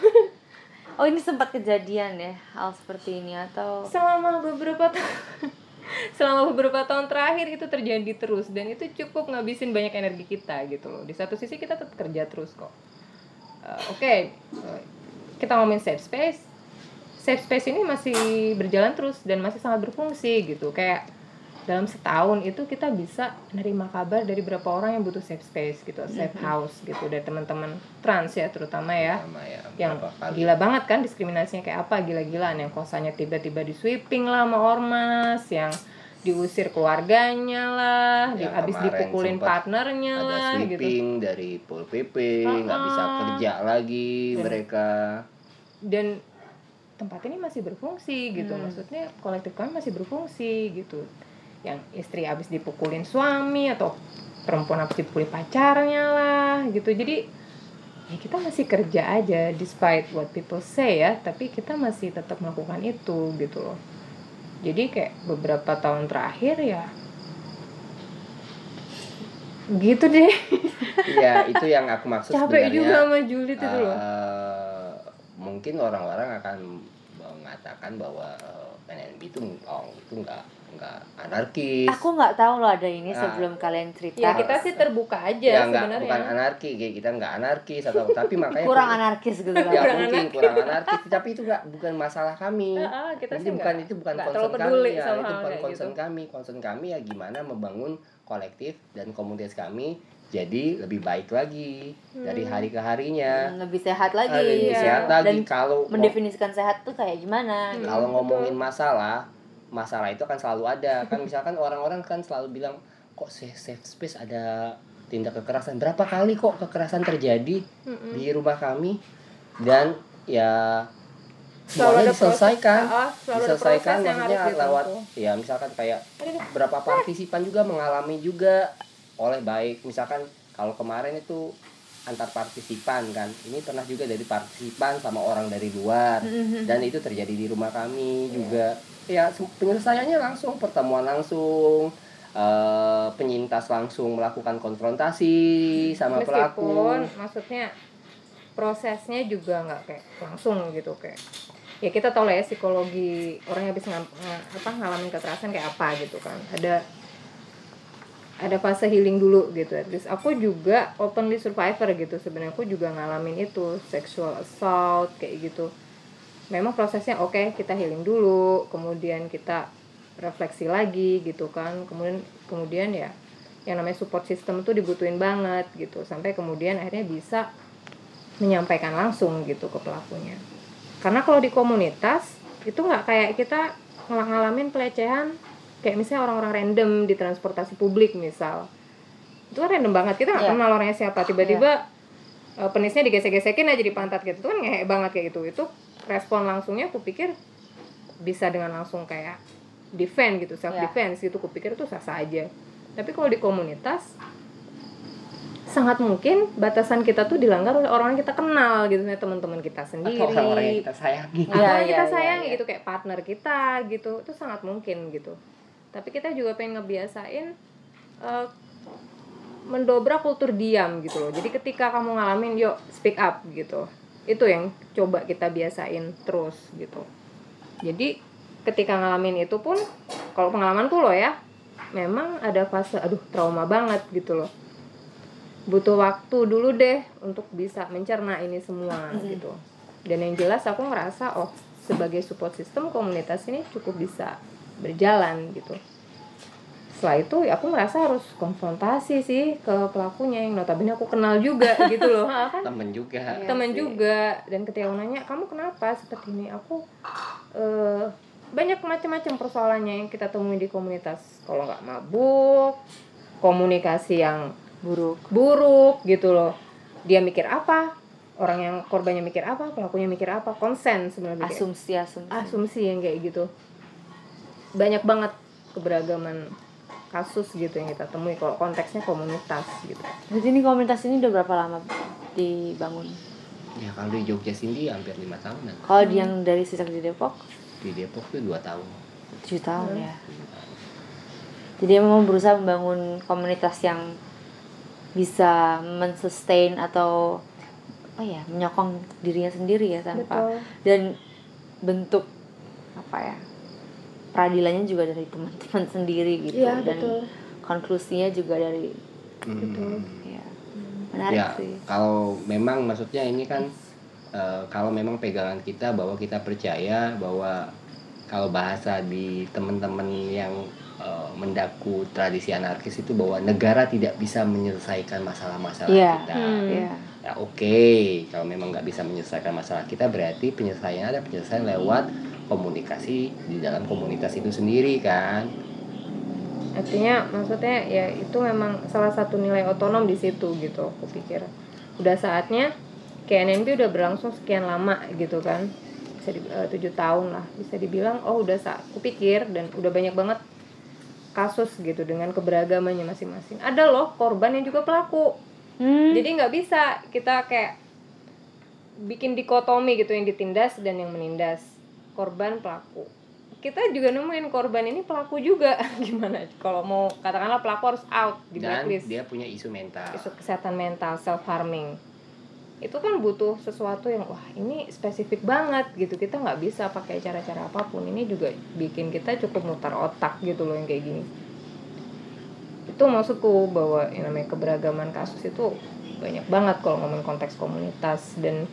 A: Oh, ini sempat kejadian ya hal seperti ini atau
B: selama beberapa tahun? Selama beberapa tahun terakhir itu terjadi terus, dan itu cukup ngabisin banyak energi kita gitu loh. Di satu sisi kita tetap kerja terus kok. Uh, Oke, okay. uh, kita ngomongin safe space. Safe space ini masih berjalan terus dan masih sangat berfungsi gitu. Kayak dalam setahun itu kita bisa nerima kabar dari berapa orang yang butuh safe space gitu, safe house gitu, dari teman-teman trans ya terutama ya, ya yang gila banget kan diskriminasinya kayak apa, gila-gilaan, yang kosannya tiba-tiba di sweeping lah sama ormas, yang diusir keluarganya lah, di, abis dipukulin partnernya
C: ada
B: lah
C: sweeping gitu dari Pol P P, nggak uh-uh. bisa kerja lagi dan, mereka
B: dan tempat ini masih berfungsi gitu, hmm. maksudnya kolektif kami masih berfungsi gitu. Yang istri abis dipukulin suami atau perempuan abis dipukulin pacarnya lah gitu. Jadi ya kita masih kerja aja despite what people say ya, tapi kita masih tetap melakukan itu gitu loh. Jadi kayak beberapa tahun terakhir ya gitu deh.
C: Iya, itu yang aku maksud
B: capek
C: sebenarnya. Capek
B: juga sama Julid itu
C: uh,
B: loh.
C: Mungkin orang-orang akan mengatakan bahwa N N B itu oh itu enggak enggak anarkis.
A: Aku nggak tahu loh ada ini sebelum nah, kalian cerita.
B: Ya kita sih terbuka aja ya, sebenarnya.
C: Bukan anarki, kayak kita nggak anarkis atau tapi makanya
A: kurang aku, anarkis gitu kan.
C: Ya mungkin kurang anarkis, tapi itu nggak bukan masalah kami.
B: Uh, uh, kita
C: itu bukan itu bukan concern kami ya, itu bukan concern gitu. kami. Concern kami ya gimana membangun kolektif dan komunitas kami jadi lebih baik lagi hmm. dari hari ke harinya,
A: hmm, lebih sehat lagi,
C: lebih
A: ya.
C: sehat lagi.
A: Dan
C: kalau
A: mendefinisikan sehat tuh kayak gimana?
C: Hmm, kalau ngomongin masalah, masalah itu akan selalu ada kan. Misalkan orang-orang kan selalu bilang kok safe space ada tindak kekerasan, berapa kali kok kekerasan terjadi hmm. di rumah kami, dan ya semuanya diselesaikan,
B: oh,
C: diselesaikan maksudnya lewat ya misalkan kayak berapa partisipan juga mengalami juga oleh baik, misalkan kalau kemarin itu antar partisipan kan, ini pernah juga dari partisipan sama orang dari luar, mm-hmm. dan itu terjadi di rumah kami juga. Ya penyelesaiannya langsung, pertemuan langsung, uh, penyintas langsung melakukan konfrontasi sama
B: meskipun,
C: pelaku.
B: Maksudnya prosesnya juga nggak kayak langsung gitu, kayak ya kita tahu lah ya psikologi orang yang habis ng- apa ngalamin kekerasan kayak apa gitu kan, ada ada fase healing dulu gitu. At least aku juga openly survivor gitu sebenarnya, aku juga ngalamin itu sexual assault kayak gitu. memang prosesnya oke okay, kita healing dulu, kemudian kita refleksi lagi gitu kan, kemudian kemudian ya yang namanya support system itu dibutuhin banget gitu, sampai kemudian akhirnya bisa menyampaikan langsung gitu ke pelakunya. Karena kalau di komunitas itu nggak kayak kita ngalamin pelecehan kayak misalnya orang-orang random di transportasi publik misal, itu kan random banget, kita nggak yeah. kenal orangnya siapa, tiba-tiba yeah. uh, penisnya digesek-gesekin aja di pantat gitu, itu kan ngehe banget kayak gitu. Itu respon langsungnya aku pikir bisa dengan langsung kayak defend gitu, self defense yeah. gitu, aku pikir itu sah-sah aja. Tapi kalau di komunitas sangat mungkin batasan kita tuh dilanggar oleh orang yang kita kenal gitu, misalnya teman-teman kita sendiri,
C: atau orang yang kita sayangi,
B: atau
A: ya,
B: yang kita
A: ya,
B: sayangi
A: ya, ya.
B: gitu, kayak partner kita gitu, itu sangat mungkin gitu. Tapi kita juga pengen ngebiasain uh, mendobrak kultur diam gitu loh. Jadi ketika kamu ngalamin, yuk speak up gitu. Itu yang coba kita biasain terus gitu. Jadi ketika ngalamin itu pun, kalau pengalamanku loh ya, memang ada fase aduh trauma banget gitu loh. Butuh waktu dulu deh untuk bisa mencerna ini semua mm-hmm. gitu. Dan yang jelas aku ngerasa oh sebagai support system komunitas ini cukup bisa berjalan gitu. Setelah itu ya aku merasa harus konfrontasi sih ke pelakunya yang notabene aku kenal juga gitu loh, kan?
C: Temen juga.
B: Temen ya, juga. Dan ketika aku nanya, kamu kenapa seperti ini? Aku uh, banyak macam-macam persoalannya yang kita temui di komunitas. Kalau nggak mabuk, komunikasi yang buruk, buruk gitu loh. Dia mikir apa? Orang yang korbannya mikir apa? Pelakunya mikir apa? Konsen sebenarnya.
A: Asumsi, asumsi.
B: Asumsi yang kayak gitu. Banyak banget keberagaman kasus gitu yang kita temui kalau konteksnya komunitas gitu.
A: Jadi ini komunitas ini udah berapa lama dibangun?
C: Ya kalau di Jogja sini hampir lima tahunan.
A: Kalau hmm. yang dari sejak di Depok?
C: Di Depok tuh dua tahun.
A: Tujuh tahun
B: hmm.
A: ya. Jadi memang berusaha membangun komunitas yang bisa mensustain atau apa ya, menyokong dirinya sendiri ya tanpa Betul. Dan bentuk apa ya, peradilannya juga dari teman-teman sendiri gitu ya, dan betul. Konklusinya juga dari
C: hmm.
B: betul
A: ya menarik
C: ya,
A: sih.
C: Kalau memang maksudnya ini kan uh, kalau memang pegangan kita bahwa kita percaya bahwa kalau bahasa di teman-teman yang uh, mendaku tradisi anarkis itu bahwa negara tidak bisa menyelesaikan masalah-masalah yeah. kita.
B: Hmm.
A: Yeah.
C: Ya oke, okay. Kalau memang nggak bisa menyelesaikan masalah kita, berarti penyelesaiannya ada penyelesaian lewat komunikasi di dalam komunitas itu sendiri kan.
B: Artinya maksudnya ya itu memang salah satu nilai otonom di situ gitu. Aku pikir udah saatnya K N N B udah berlangsung sekian lama gitu kan, bisa di, uh, tujuh tahun lah bisa dibilang. Oh udah saat, aku pikir, dan udah banyak banget kasus gitu dengan keberagamannya masing-masing. Ada loh korban yang juga pelaku. Hmm. Jadi nggak bisa kita kayak bikin dikotomi gitu, yang ditindas dan yang menindas, korban pelaku. Kita juga nemuin korban ini pelaku juga. Gimana kalau mau katakanlah pelaku harus out di blacklist,
C: dan dia punya isu mental,
B: isu kesehatan mental, self harming. Itu kan butuh sesuatu yang wah ini spesifik banget gitu. Kita nggak bisa pakai cara-cara apapun. Ini juga bikin kita cukup mutar otak gitu loh yang kayak gini. Itu maksudku bahwa yang namanya keberagaman kasus itu banyak banget kalau ngomongin konteks komunitas. Dan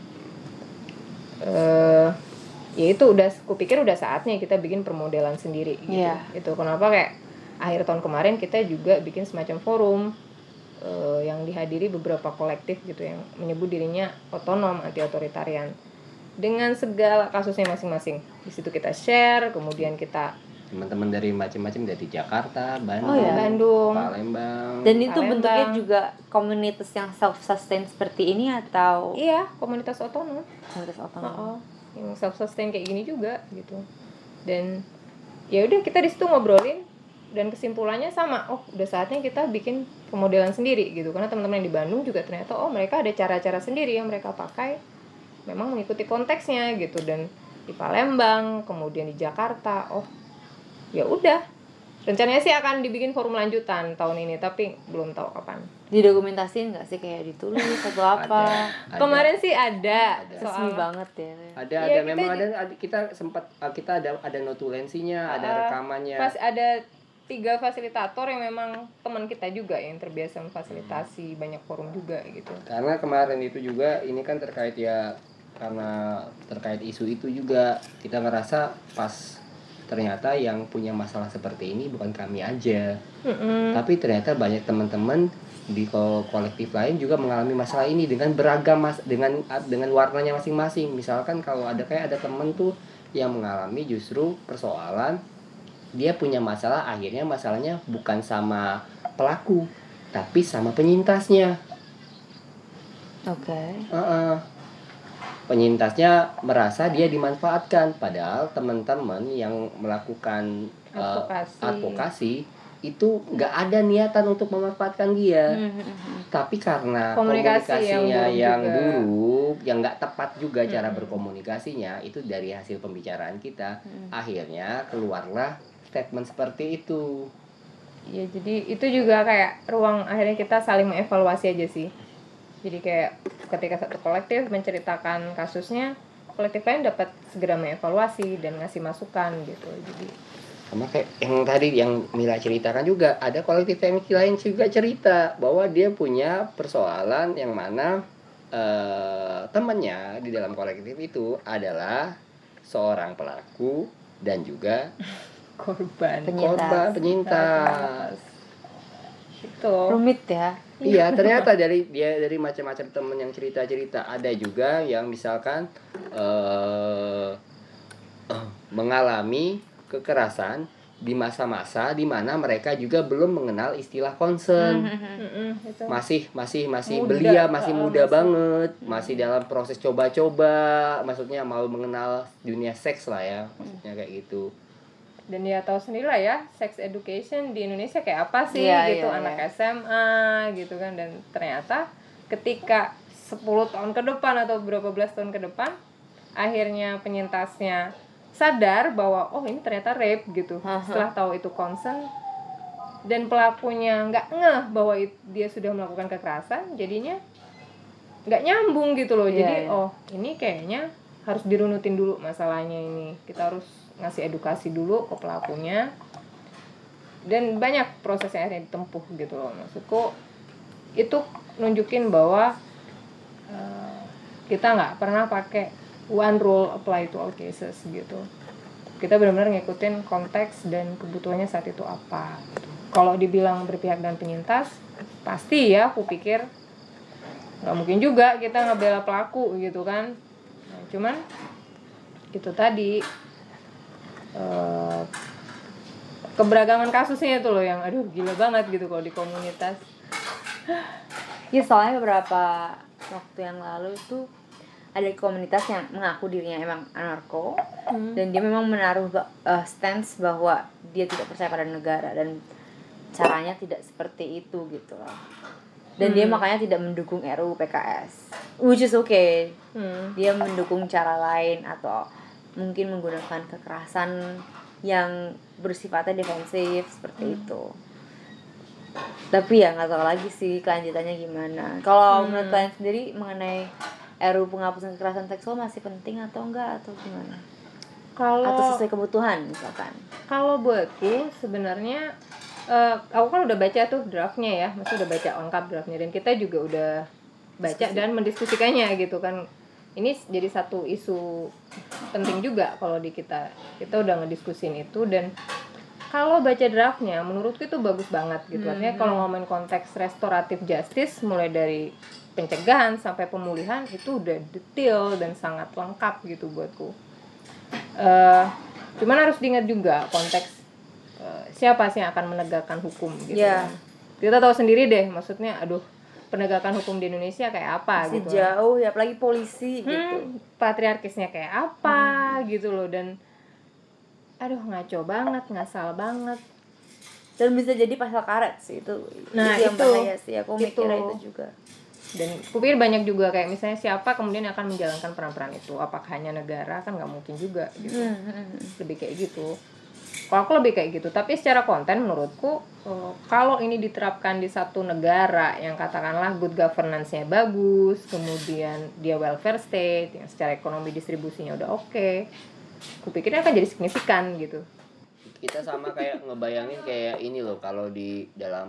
B: uh, ya itu udah, kupikir udah saatnya kita bikin permodelan sendiri gitu. Yeah. Itu kenapa kayak akhir tahun kemarin kita juga bikin semacam forum uh, yang dihadiri beberapa kolektif gitu yang menyebut dirinya otonom anti otoritarian dengan segala kasusnya masing-masing. Di situ kita share, kemudian kita
C: teman-teman dari macam-macam, dari Jakarta, Bandung,
B: oh, ya. Bandung,
C: Palembang.
A: Dan itu
B: Palembang.
A: Bentuknya juga komunitas yang self sustain seperti ini atau?
B: Iya, komunitas otonom.
A: Komunitas otonom.
B: Oh, yang self sustain kayak gini juga gitu. Dan ya udah kita di situ ngobrolin dan kesimpulannya sama. Oh, udah saatnya kita bikin pemodelan sendiri gitu. Karena teman-teman yang di Bandung juga ternyata oh mereka ada cara-cara sendiri yang mereka pakai, memang mengikuti konteksnya gitu. Dan di Palembang, kemudian di Jakarta, oh ya udah, rencananya sih akan dibikin forum lanjutan tahun ini, tapi belum tahu kapan.
A: Didokumentasiin nggak sih kayak ditulis atau apa?
C: Ada, ada.
B: Kemarin sih ada,
C: ada.
B: soal
A: resmi banget ya.
C: Ada
B: ya,
C: ada
B: kita
C: memang
B: j-
C: ada, ada kita sempat kita ada ada notulensinya, uh, ada rekamannya.
B: Pas ada tiga fasilitator yang memang teman kita juga yang terbiasa memfasilitasi hmm. banyak forum juga gitu.
C: Karena kemarin itu juga ini kan terkait ya karena terkait isu itu juga kita ngerasa pas ternyata yang punya masalah seperti ini bukan kami aja,
B: Mm-mm.
C: tapi ternyata banyak teman-teman di ko- kolektif lain juga mengalami masalah ini dengan beragam mas dengan dengan warnanya masing-masing. Misalkan kalau ada kayak ada temen tuh yang mengalami justru persoalan dia punya masalah, akhirnya masalahnya bukan sama pelaku tapi sama penyintasnya.
A: Oke.
C: Uh-uh. Penyintasnya merasa dia dimanfaatkan, padahal teman-teman yang melakukan uh,
B: Advokasi.
C: advokasi itu nggak ada niatan untuk memanfaatkan dia,
A: Mhm.
C: tapi karena
B: Komunikasi
C: komunikasinya
B: yang buruk
C: yang
B: juga.
C: buruk, yang nggak tepat juga cara
B: Mm-mm.
C: berkomunikasinya, itu dari hasil pembicaraan kita,
A: Mm.
C: akhirnya keluarlah statement seperti itu.
B: Ya jadi itu juga kayak ruang akhirnya kita saling mengevaluasi aja sih. Jadi kayak ketika satu kolektif menceritakan kasusnya, kolektif lain dapat segera mengevaluasi dan ngasih masukan gitu. Jadi
C: Sama kayak yang tadi yang Mila ceritakan juga, ada kolektif yang lain juga cerita bahwa dia punya persoalan yang mana eh, temannya di dalam kolektif itu adalah seorang pelaku dan juga
B: korban.
A: Penyintas.
C: korban penyintas.
B: Itu.
A: Rumit ya.
C: Iya, ternyata dari dia dari macam-macam temen yang cerita-cerita, ada juga yang misalkan eh mengalami kekerasan di masa-masa di mana mereka juga belum mengenal istilah concern.
B: Mm-mm, itu.
C: Masih masih masih
B: Muda,
C: belia, masih
B: uh,
C: muda
B: masih.
C: banget, masih dalam proses coba-coba, maksudnya mau mengenal dunia seks lah ya, maksudnya kayak gitu.
B: Dan ya tahu sendiri lah ya, sex education di Indonesia kayak apa sih
A: Iya,
B: gitu,
A: iya,
B: anak
A: iya.
B: S M A gitu kan. Dan ternyata ketika sepuluh tahun ke depan atau berapa belas tahun ke depan, akhirnya penyintasnya sadar bahwa oh ini ternyata rape gitu.
A: Aha.
B: Setelah tahu itu consent dan pelakunya nggak ngeh bahwa it- dia sudah melakukan kekerasan, jadinya nggak nyambung gitu loh.
A: Iya,
B: Jadi
A: iya.
B: oh ini kayaknya harus dirunutin dulu masalahnya ini. Kita harus ngasih edukasi dulu ke pelakunya. Dan banyak proses yang akhirnya ditempuh gitu loh. Maksudku itu nunjukin bahwa eh, kita nggak pernah pakai one rule apply to all cases gitu. Kita benar-benar ngikutin konteks dan kebutuhannya saat itu apa. Gitu. Kalau dibilang berpihak dan penyintas, pasti ya aku pikir nggak mungkin juga kita ngebela pelaku gitu kan. Nah, cuman itu tadi eh, keberagaman kasusnya itu loh yang aduh gila banget gitu kalau di komunitas.
A: Ya soalnya beberapa waktu yang lalu tuh ada komunitas yang mengaku dirinya emang anarko
B: Hmm.
A: dan dia memang menaruh uh, stance bahwa dia tidak percaya pada negara dan caranya tidak seperti itu gitu loh. Dan dia
B: Hmm.
A: makanya tidak mendukung R U U P K S, which is okay.
B: Hmm.
A: Dia mendukung cara lain atau mungkin menggunakan kekerasan yang bersifatnya defensif seperti
B: Hmm.
A: itu. Tapi ya nggak tahu lagi sih kelanjutannya gimana. Kalau
B: Hmm.
A: menurut kalian sendiri mengenai R U U penghapusan kekerasan seksual masih penting atau enggak atau gimana?
B: Kalau
A: Atau sesuai kebutuhan misalkan?
B: Kalau buatku sebenarnya eh, aku kan udah baca tuh draftnya ya, maksudnya udah baca lengkap draftnya dan kita juga udah baca
A: Diskusi.
B: dan mendiskusikannya gitu kan. Ini jadi satu isu penting juga kalau di kita. Kita udah ngediskusin itu dan kalau baca draftnya menurutku itu bagus banget gitu.
A: Hmm.
B: Artinya kalau ngomongin konteks restoratif justice mulai dari pencegahan sampai pemulihan itu udah detail dan sangat lengkap gitu buatku. Eh, cuman harus diingat juga konteks eh, siapa sih yang akan menegakkan hukum gitu.
A: Iya.
B: kan. Kita tahu sendiri deh, maksudnya aduh penegakan hukum di Indonesia kayak apa
A: Masih
B: gitu.
A: jauh ya, apalagi polisi gitu.
B: Hmm, patriarkisnya kayak apa gitu loh dan aduh ngaco banget, ngasal banget.
A: Dan bisa jadi pasal karet sih itu.
B: Nah,
A: itu yang
B: itu.
A: bahaya sih. Aku
B: Itu.
A: mikirnya itu juga.
B: Dan kupikir banyak juga kayak misalnya siapa kemudian akan menjalankan peran-peran itu, apakah hanya negara, kan nggak mungkin juga gitu.
A: Hmm, hmm, hmm.
B: Lebih kayak gitu. Kalau aku lebih kayak gitu, tapi secara konten menurutku eh, kalau ini diterapkan di satu negara yang katakanlah good governance-nya bagus, kemudian dia welfare state yang secara ekonomi distribusinya udah oke, kupikirnya akan jadi signifikan gitu.
C: Kita sama kayak ngebayangin kayak ini loh, kalau di dalam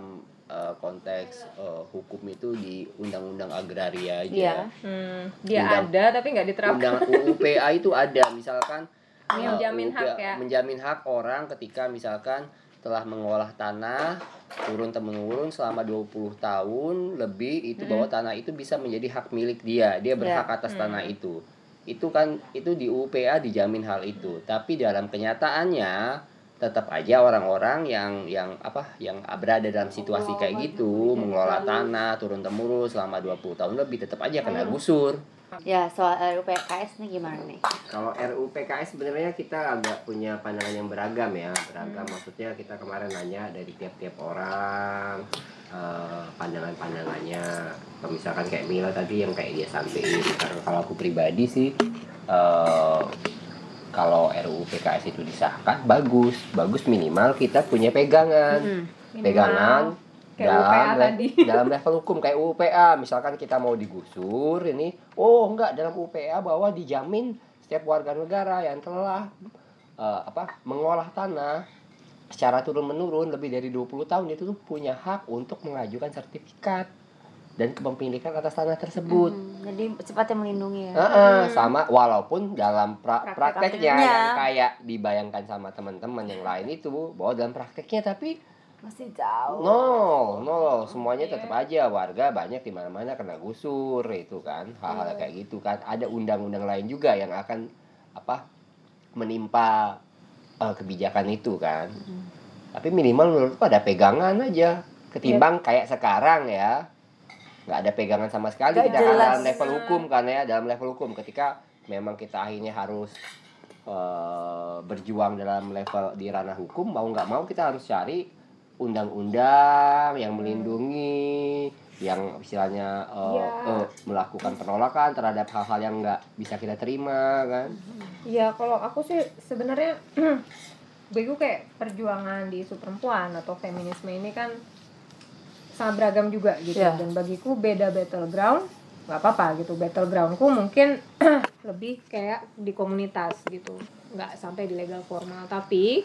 C: uh, konteks uh, hukum itu di undang-undang agraria aja.
A: Iya.
B: Hmm, dia
C: Undang-
B: ada tapi nggak diterapkan.
C: Undang U U P A itu ada, misalkan uh,
B: Menjamin
C: U U P A
B: hak ya.
C: menjamin hak orang ketika misalkan telah mengolah tanah turun temurun selama dua puluh tahun lebih, itu bahwa tanah itu bisa menjadi hak milik dia, dia berhak atas
B: Hmm.
C: tanah itu. Itu kan itu di U U P A dijamin hal itu, tapi dalam kenyataannya tetap aja orang-orang yang yang apa yang berada dalam situasi kayak gitu mengelola tanah turun temurun selama dua puluh tahun lebih tetap aja kena gusur.
A: Ya, soal R U P K S nih gimana nih?
D: Kalau R U P K S sebenarnya kita agak punya pandangan yang beragam ya. Beragam maksudnya kita kemarin nanya dari tiap-tiap orang eh, pandangan-pandangannya. Kalau misalkan kayak Mila tadi yang kayak dia sampaikan, karena kalau aku pribadi sih eh, kalau R U P K S itu disahkan bagus, bagus minimal kita punya pegangan,
A: Mm-mm.
D: pegangan
B: Kayak U P A
D: dalam le-
B: tadi.
D: dalam level hukum kayak U P A. Misalkan kita mau digusur ini, oh enggak, dalam U P A bahwa dijamin setiap warga negara yang telah eh, apa mengolah tanah secara turun menurun lebih dari dua puluh tahun itu tuh punya hak untuk mengajukan sertifikat dan kepemilikan atas tanah tersebut.
A: Hmm, jadi sifatnya melindungi ya.
D: Heeh, sama walaupun dalam pra-
B: Praktek-
D: prakteknya
A: prakteknya.
D: yang kayak dibayangkan sama teman-teman yang lain itu bahwa dalam prakteknya tapi
A: Masih jauh.
D: nol nol semuanya tetap aja warga banyak di mana-mana kena gusur itu kan, hal-hal kayak gitu kan. Ada undang-undang lain juga yang akan apa menimpa eh, kebijakan itu kan. Tapi minimal menurutku ada pegangan aja ketimbang kayak sekarang ya nggak ada pegangan sama sekali.
A: Nggak
D: Kita kan
A: jelas.
D: dalam level hukum kan ya, dalam level hukum ketika memang kita akhirnya harus eh, berjuang dalam level di ranah hukum, mau nggak mau kita harus cari undang-undang yang melindungi, yang istilahnya eh,
B: Ya.
D: eh, melakukan penolakan terhadap hal-hal yang nggak bisa kita terima kan.
B: Iya, kalau aku sih sebenarnya begitu kayak perjuangan di isu perempuan atau feminisme ini kan sangat beragam juga gitu.
A: Iya.
B: Dan bagiku beda battleground, nggak apa-apa gitu. Battlegroundku mungkin lebih kayak di komunitas gitu, nggak sampai di legal formal. Tapi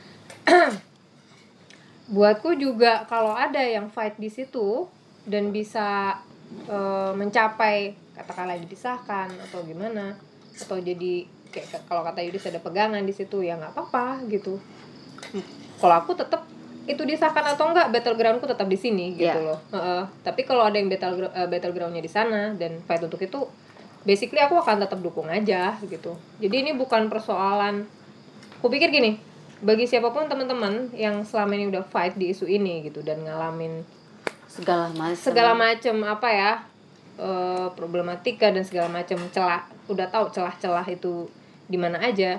B: buatku juga kalau ada yang fight di situ dan bisa eh, mencapai katakanlah dipisahkan atau gimana, atau jadi kayak kalau kata Yudis ada pegangan di situ, ya nggak apa-apa gitu. Kalau aku tetap itu disahkan atau enggak, battlegroundku tetap di sini gitu
A: Iya.
B: loh. Heeh. Tapi kalau ada yang battle uh, battlegroundnya di sana dan fight untuk itu, basically aku akan tetap dukung aja gitu. Jadi ini bukan persoalan. Aku pikir gini, bagi siapapun teman-teman yang selama ini udah fight di isu ini gitu dan ngalamin
A: Segala macam.
B: segala macam apa ya eh, problematika dan segala macam celah, udah tahu celah-celah itu di mana aja,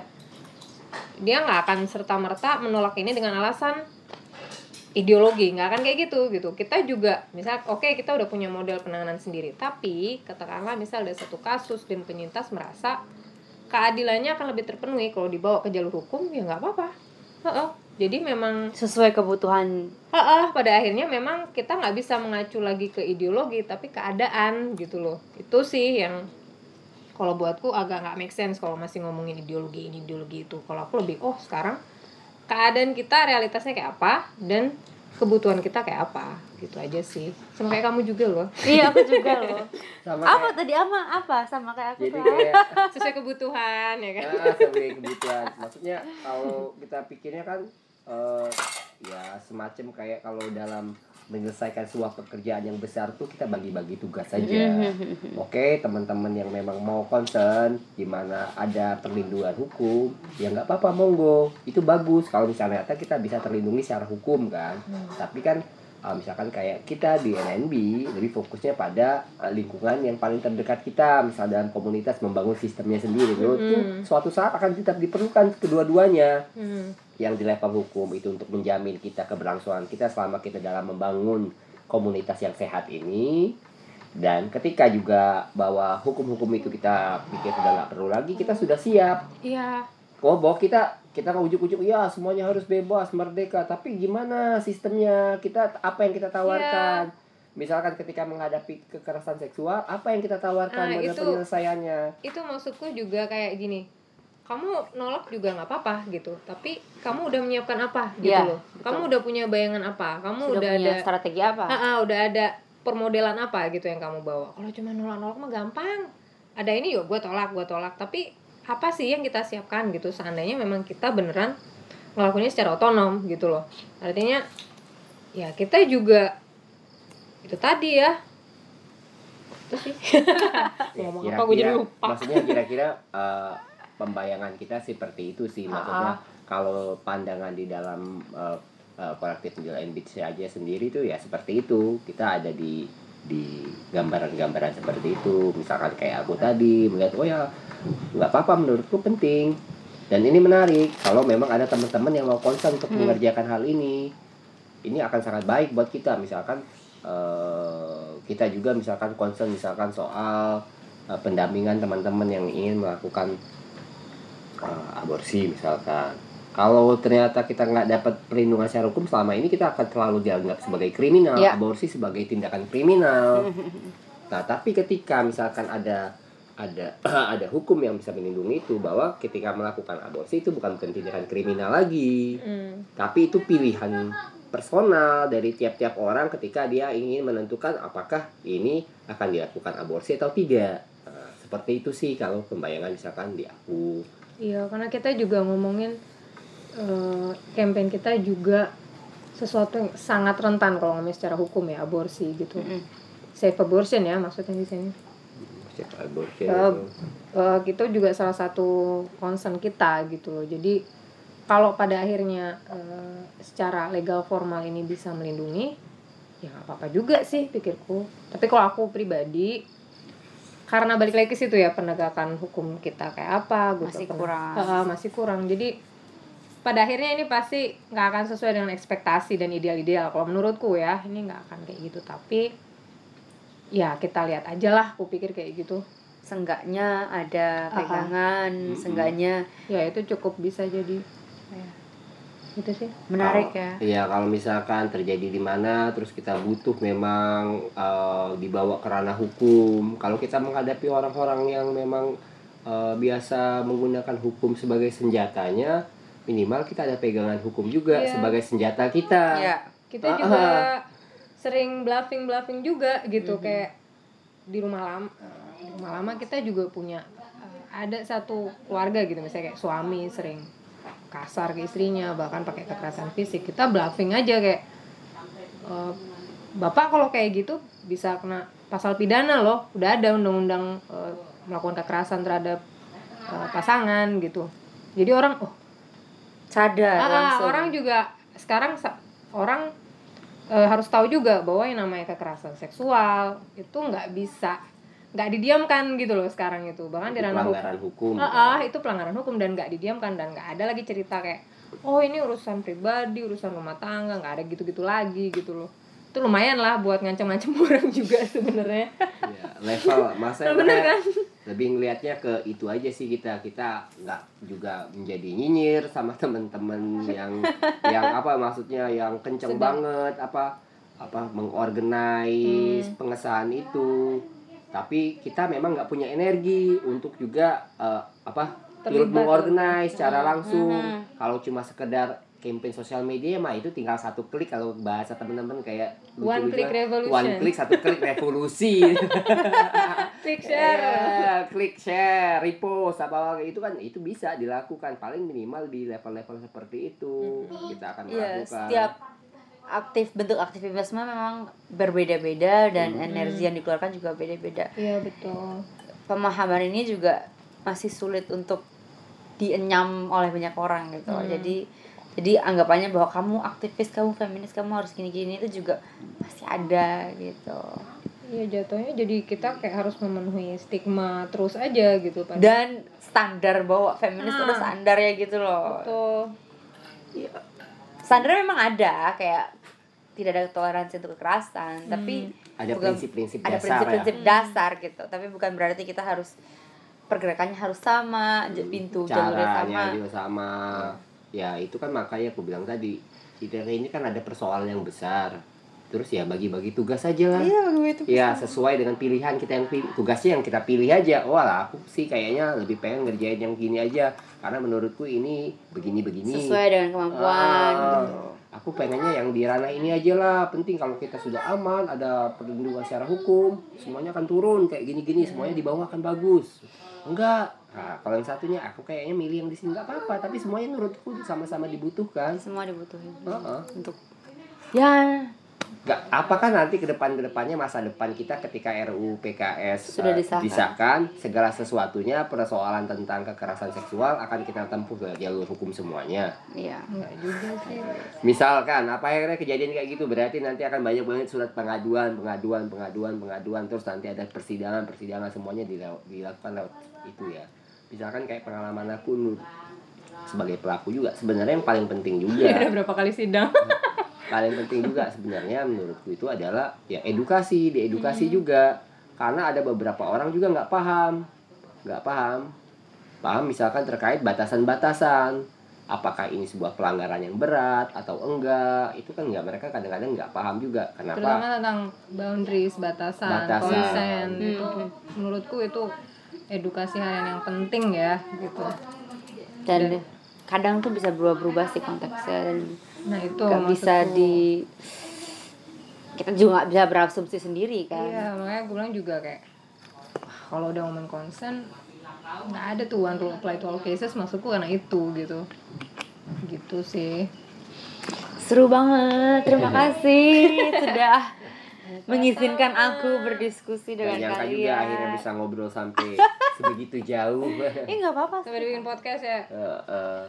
B: dia nggak akan serta merta menolak ini dengan alasan ideologi, nggak akan kayak gitu gitu. Kita juga misal oke okay, kita udah punya model penanganan sendiri, tapi katakanlah misal ada satu kasus dan penyintas merasa keadilannya akan lebih terpenuhi kalau dibawa ke jalur hukum, ya nggak apa-apa. Heeh. Jadi memang
A: Sesuai kebutuhan.
B: heeh, pada akhirnya memang kita nggak bisa mengacu lagi ke ideologi tapi keadaan gitu loh. Itu sih yang kalau buatku agak nggak make sense kalau masih ngomongin ideologi ini ideologi itu. Kalau aku lebih oh sekarang keadaan kita realitasnya kayak apa dan kebutuhan kita kayak apa, gitu aja sih. Sama kayak kamu juga loh.
A: Iya, aku juga loh.
D: Sama
A: Apa
D: kayak,
A: tadi ama apa sama kayak aku
D: jadi
A: tuh.
D: kayak
B: Sesuai kebutuhan ya kan.
D: ah, sebagai kebutuhan. Maksudnya kalau kita pikirnya kan eh, ya semacam kayak kalau dalam menyelesaikan sebuah pekerjaan yang besar tuh kita bagi-bagi tugas saja. Oke, teman-teman yang memang mau concern di mana ada perlindungan hukum, ya nggak apa-apa, monggo. Itu bagus kalau misalnya kita bisa terlindungi secara hukum kan. Tapi kan uh, misalkan kayak kita di N N B lebih fokusnya pada uh, lingkungan yang paling terdekat kita, misal dalam komunitas membangun sistemnya sendiri. Itu suatu saat akan tetap diperlukan kedua-duanya.
B: Hmm.
D: Yang di level hukum itu untuk menjamin kita keberlangsungan kita selama kita dalam membangun komunitas yang sehat ini, dan ketika juga bahwa hukum-hukum itu kita pikir sudah nggak perlu lagi, kita sudah siap.
B: Iya.
D: Oh, bahwa kita kita nggak ujuk-ujuk ya semuanya harus bebas merdeka, tapi gimana sistemnya, kita apa yang kita tawarkan? Misalkan ketika menghadapi kekerasan seksual, apa yang kita tawarkan
B: Ah,
D: model
B: itu-
D: penyelesaiannya?
B: Itu maksudku juga kayak gini. kamu nolak juga nggak apa-apa gitu, tapi kamu udah menyiapkan apa gitu
A: Iya,
B: loh, kamu udah punya bayangan apa, kamu
A: Sudah
B: udah
A: punya
B: ada
A: strategi apa?
B: ah, ah, udah ada permodelan apa gitu yang kamu bawa. Kalau cuma nolak-nolak mah gampang, ada ini yuk gue tolak gue tolak, tapi apa sih yang kita siapkan gitu seandainya memang kita beneran ngelakuinnya secara otonom gitu loh. Artinya ya kita juga itu tadi ya itu sih
C: Ya,
B: ngomong apa gue jadi
C: kira-kira-
B: lupa.
C: maksudnya kira-kira eh, pembayangan kita seperti itu sih, maksudnya kalau pandangan di dalam uh, uh, kolektif Needle and Beach aja sendiri tuh ya seperti itu, kita ada di di gambaran-gambaran seperti itu. Misalkan kayak aku tadi melihat, oh ya nggak apa-apa, menurutku penting dan ini menarik. Kalau memang ada teman-teman yang mau concern untuk
A: Hmm.
C: mengerjakan hal ini, ini akan sangat baik buat kita. Misalkan uh, kita juga misalkan concern misalkan soal uh, pendampingan teman-teman yang ingin melakukan uh, aborsi misalkan. Kalau ternyata kita nggak dapat perlindungan secara hukum, selama ini kita akan selalu dianggap sebagai kriminal,
A: Ya.
C: aborsi sebagai tindakan kriminal. Nah, tapi ketika misalkan ada ada ada hukum yang bisa melindungi itu, bahwa ketika melakukan aborsi itu bukan bukan tindakan kriminal lagi,
B: Hmm.
C: tapi itu pilihan personal dari tiap-tiap orang ketika dia ingin menentukan apakah ini akan dilakukan aborsi atau tidak. Nah, seperti itu sih kalau pembayangan misalkan di aku.
B: Iya, karena kita juga ngomongin eh, campaign kita juga sesuatu yang sangat rentan kalau ngomongin secara hukum ya, aborsi gitu.
A: Mm-mm.
B: Safe abortion ya maksudnya di sini.
C: Cek aborsi
B: Ya,
C: itu.
B: Eh, itu juga salah satu concern kita gitu loh. Jadi kalau pada akhirnya eh, secara legal formal ini bisa melindungi, ya nggak apa-apa juga sih pikirku. Tapi kalau aku pribadi, karena balik lagi ke situ ya, penegakan hukum kita kayak apa, gitu.
A: Masih
B: Pen-
A: kurang.
B: Eh, masih kurang. Jadi pada akhirnya ini pasti nggak akan sesuai dengan ekspektasi dan ideal-ideal. Kalau menurutku ya, ini nggak akan kayak gitu. Tapi ya kita lihat aja lah, aku pikir kayak gitu.
A: Seenggaknya ada pegangan,
C: Mm-mm.
A: seenggaknya
B: Ya itu cukup bisa jadi ya, gitu sih.
A: menarik
C: Kalau-
A: ya.
C: Iya, kalau misalkan terjadi di mana terus kita butuh memang eh, dibawa ke ranah hukum. Kalau kita menghadapi orang-orang yang memang eh, biasa menggunakan hukum sebagai senjatanya, minimal kita ada pegangan hukum juga
B: Iya.
C: sebagai senjata kita.
A: Iya.
B: Kita
C: Ah,
B: juga
C: ah.
B: sering bluffing bluffing juga gitu.
A: Mhm.
B: Kayak di rumah lama di rumah lama kita juga punya eh, ada satu keluarga gitu, misalnya kayak suami sering kasar ke istrinya, bahkan pakai kekerasan fisik. Kita bluffing aja kayak eh, bapak kalau kayak gitu bisa kena pasal pidana loh, udah ada undang-undang eh, melakukan kekerasan terhadap eh, pasangan gitu. Jadi orang oh
A: Sadar
B: Ah,
A: langsung.
B: orang juga sekarang sa- orang e, harus tahu juga bahwa yang namanya kekerasan seksual itu nggak bisa nggak didiamkan gitu loh sekarang itu, bahkan di
C: Itu
B: ranah hukum.
C: pelanggaran hukum.
B: Ah, ah, itu pelanggaran hukum dan nggak didiamkan, dan nggak ada lagi cerita kayak oh ini urusan pribadi, urusan rumah tangga, nggak ada gitu-gitu lagi gitu loh. Itu lumayan lah buat ngancam-ngancam orang juga sebenarnya.
C: Ya, level masa
B: Bener kan?
C: lebih ngelihatnya ke itu aja sih, kita kita nggak juga menjadi nyinyir sama teman-teman yang yang apa maksudnya yang kenceng
B: Sedang.
C: banget apa apa mengorganize
B: Hmm.
C: pengesahan itu, tapi kita memang nggak punya energi untuk juga eh, apa turut
B: Terlibat.
C: mengorganize secara langsung.
A: Hmm.
C: Kalau cuma sekedar campaign sosial media mah itu tinggal satu klik, kalau bahasa teman-teman kayak
B: One
C: lucu-lucuan,
B: click revolution.
C: one click satu klik revolusi.
B: Klik share.
C: Ya, klik share, repost, apa kayak itu kan itu bisa dilakukan paling minimal di level-level seperti itu kita akan
A: Iya,
C: melakukan.
A: setiap aktif bentuk aktivitasme memang berbeda-beda dan
C: Hmm.
A: energi yang dikeluarkan juga beda-beda.
B: Iya betul.
A: Pemahaman ini juga masih sulit untuk dienyam oleh banyak orang gitu.
B: Hmm.
A: Jadi jadi anggapannya bahwa kamu aktivis, kamu feminis, kamu harus gini-gini itu juga masih ada gitu.
B: Iya jatuhnya jadi kita kayak harus memenuhi stigma terus aja gitu Pak.
A: Dan standar bahwa feminis itu
B: Ah.
A: udah standar ya gitu loh.
B: Betul.
A: Standarnya memang ada, kayak tidak ada toleransi untuk kekerasan,
B: Hmm.
A: tapi
C: Ada
A: bukan-
C: prinsip-prinsip
A: ada
C: dasar
A: prinsip-prinsip
C: ya.
A: dasar gitu. Tapi bukan berarti kita harus pergerakannya harus sama, j- pintu jalurnya sama.
C: Caranya juga sama. Ya itu kan makanya aku bilang tadi, kita ini kan ada persoalan yang besar. terus ya bagi-bagi tugas aja lah.
A: Iya, begitu.
C: Ya sesuai dengan pilihan kita yang pilih, tugasnya yang kita pilih aja. Wah aku sih kayaknya lebih pengen ngerjain yang gini aja karena menurutku ini begini-begini.
A: Sesuai dengan kemampuan.
C: Ah,
A: gitu.
C: aku pengennya yang di ranah ini aja lah. Penting kalau kita sudah aman, ada perlindungan secara hukum, semuanya akan turun kayak gini-gini, semuanya di bawah akan bagus. Enggak. Nah, kalau yang satunya aku kayaknya milih yang di sini nggak apa-apa, tapi semuanya menurutku sama-sama dibutuhkan.
A: Semua dibutuhin.
C: Uh-uh.
A: Untuk ya
C: Gak, apakah nanti ke depan ke depannya masa depan kita ketika R U U P K S
A: Sudah
C: uh,
A: disahkan.
C: disahkan, segala sesuatunya persoalan tentang kekerasan seksual akan kita tempuh ke jalur hukum semuanya.
A: iya.
B: Enggak juga sih.
C: Misalkan apa akhirnya kejadian kayak gitu, berarti nanti akan banyak banget surat pengaduan, pengaduan, pengaduan, pengaduan, terus nanti ada persidangan, persidangan semuanya dilaw- dilakukan lewat itu ya. Misalkan kayak pengalaman aku Nur, sebagai pelaku juga sebenarnya yang paling penting juga.
B: Udah berapa kali sidang?
C: Paling penting juga sebenarnya menurutku itu adalah ya edukasi, diedukasi hmm. juga karena ada beberapa orang juga nggak paham, nggak paham, paham misalkan terkait batasan-batasan, apakah ini sebuah pelanggaran yang berat atau enggak, itu kan nggak, mereka kadang-kadang nggak paham juga kenapa.
B: Terutama tentang boundaries, batasan,
C: Batasan.
B: konsen
A: Hmm.
B: itu menurutku itu edukasi harian yang penting ya gitu.
A: Dan kadang tuh bisa berubah-berubah sih konteksnya dan
B: Nah itu
A: nggak bisa
B: maksudku.
A: di kita juga nggak bisa berasumsi sendiri kan.
B: Iya makanya gue bilang juga kayak wah, kalau udah ngomong konsen nggak ada tuh one rule apply to all cases, maksudku karena itu gitu gitu sih.
A: Seru banget, terima kasih sudah mengizinkan aku berdiskusi
C: Dan
A: dengan
C: nyangka
A: kalian.
C: juga akhirnya bisa ngobrol sampai sebegitu jauh.
A: Eh nggak apa-apa.
B: Sampai dibikin podcast ya.
C: Uh, uh.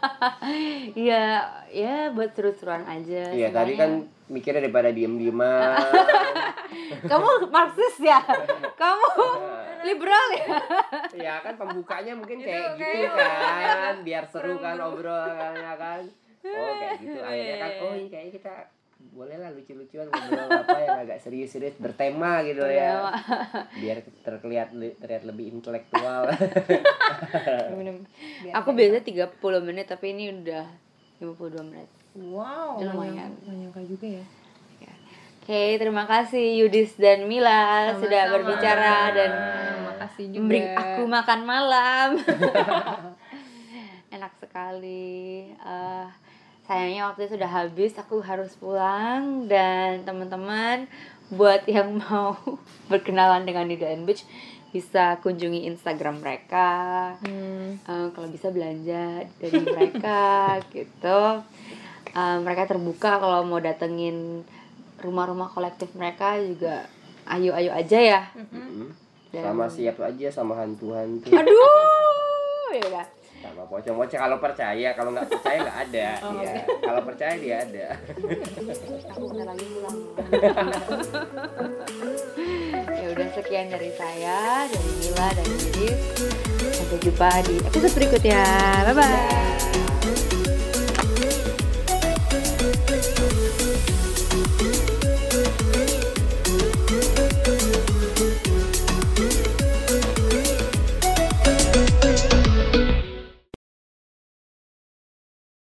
A: Iya, ya buat seru-seruan aja.
C: Iya tadi
A: semuanya.
C: kan mikirnya daripada diem-dieman.
A: Kamu Marxis ya? Kamu liberal ya?
C: Ya kan pembukanya mungkin
B: Itu
C: kayak gitu
B: kayak-
C: kan, biar seru kan obrolannya kan. Oh kayak gitu akhirnya kan, oh ini kayaknya kita boleh lah lucu-lucuan ngobrol apa yang agak serius-serius bertema gitu ya, biar terlihat terlihat lebih intelektual.
A: Aku biasanya tiga puluh menit tapi ini udah lima puluh dua menit.
B: Wow,
A: Ya, lumayan.
B: Nggak nyangka juga ya.
A: Oke, terima kasih Yudis dan Mila
B: Sama-sama.
A: sudah berbicara dan
B: Makasih juga.
A: memberi aku makan malam. Enak sekali. Eh, sayangnya waktu itu sudah habis, aku harus pulang. Dan teman-teman, buat yang mau berkenalan dengan Needle and Beach, bisa kunjungi Instagram mereka.
B: Hmm.
A: Eh, kalau bisa belanja dari mereka gitu. Eh, mereka terbuka kalau mau datengin rumah-rumah kolektif mereka juga, ayo-ayo aja ya.
C: Mm-mm.
A: Dan-
C: Sama siap aja sama hantu-hantu.
A: Aduh, ya udah.
C: Sama pocong-pocong kalau percaya, kalau nggak percaya nggak ada. Iya. Kalau percaya dia ada.
A: Aku bentar lagi pulang. Ya udah, sekian dari saya, dari Mila dan Yudis. Sampai jumpa di episode berikutnya. Bye bye.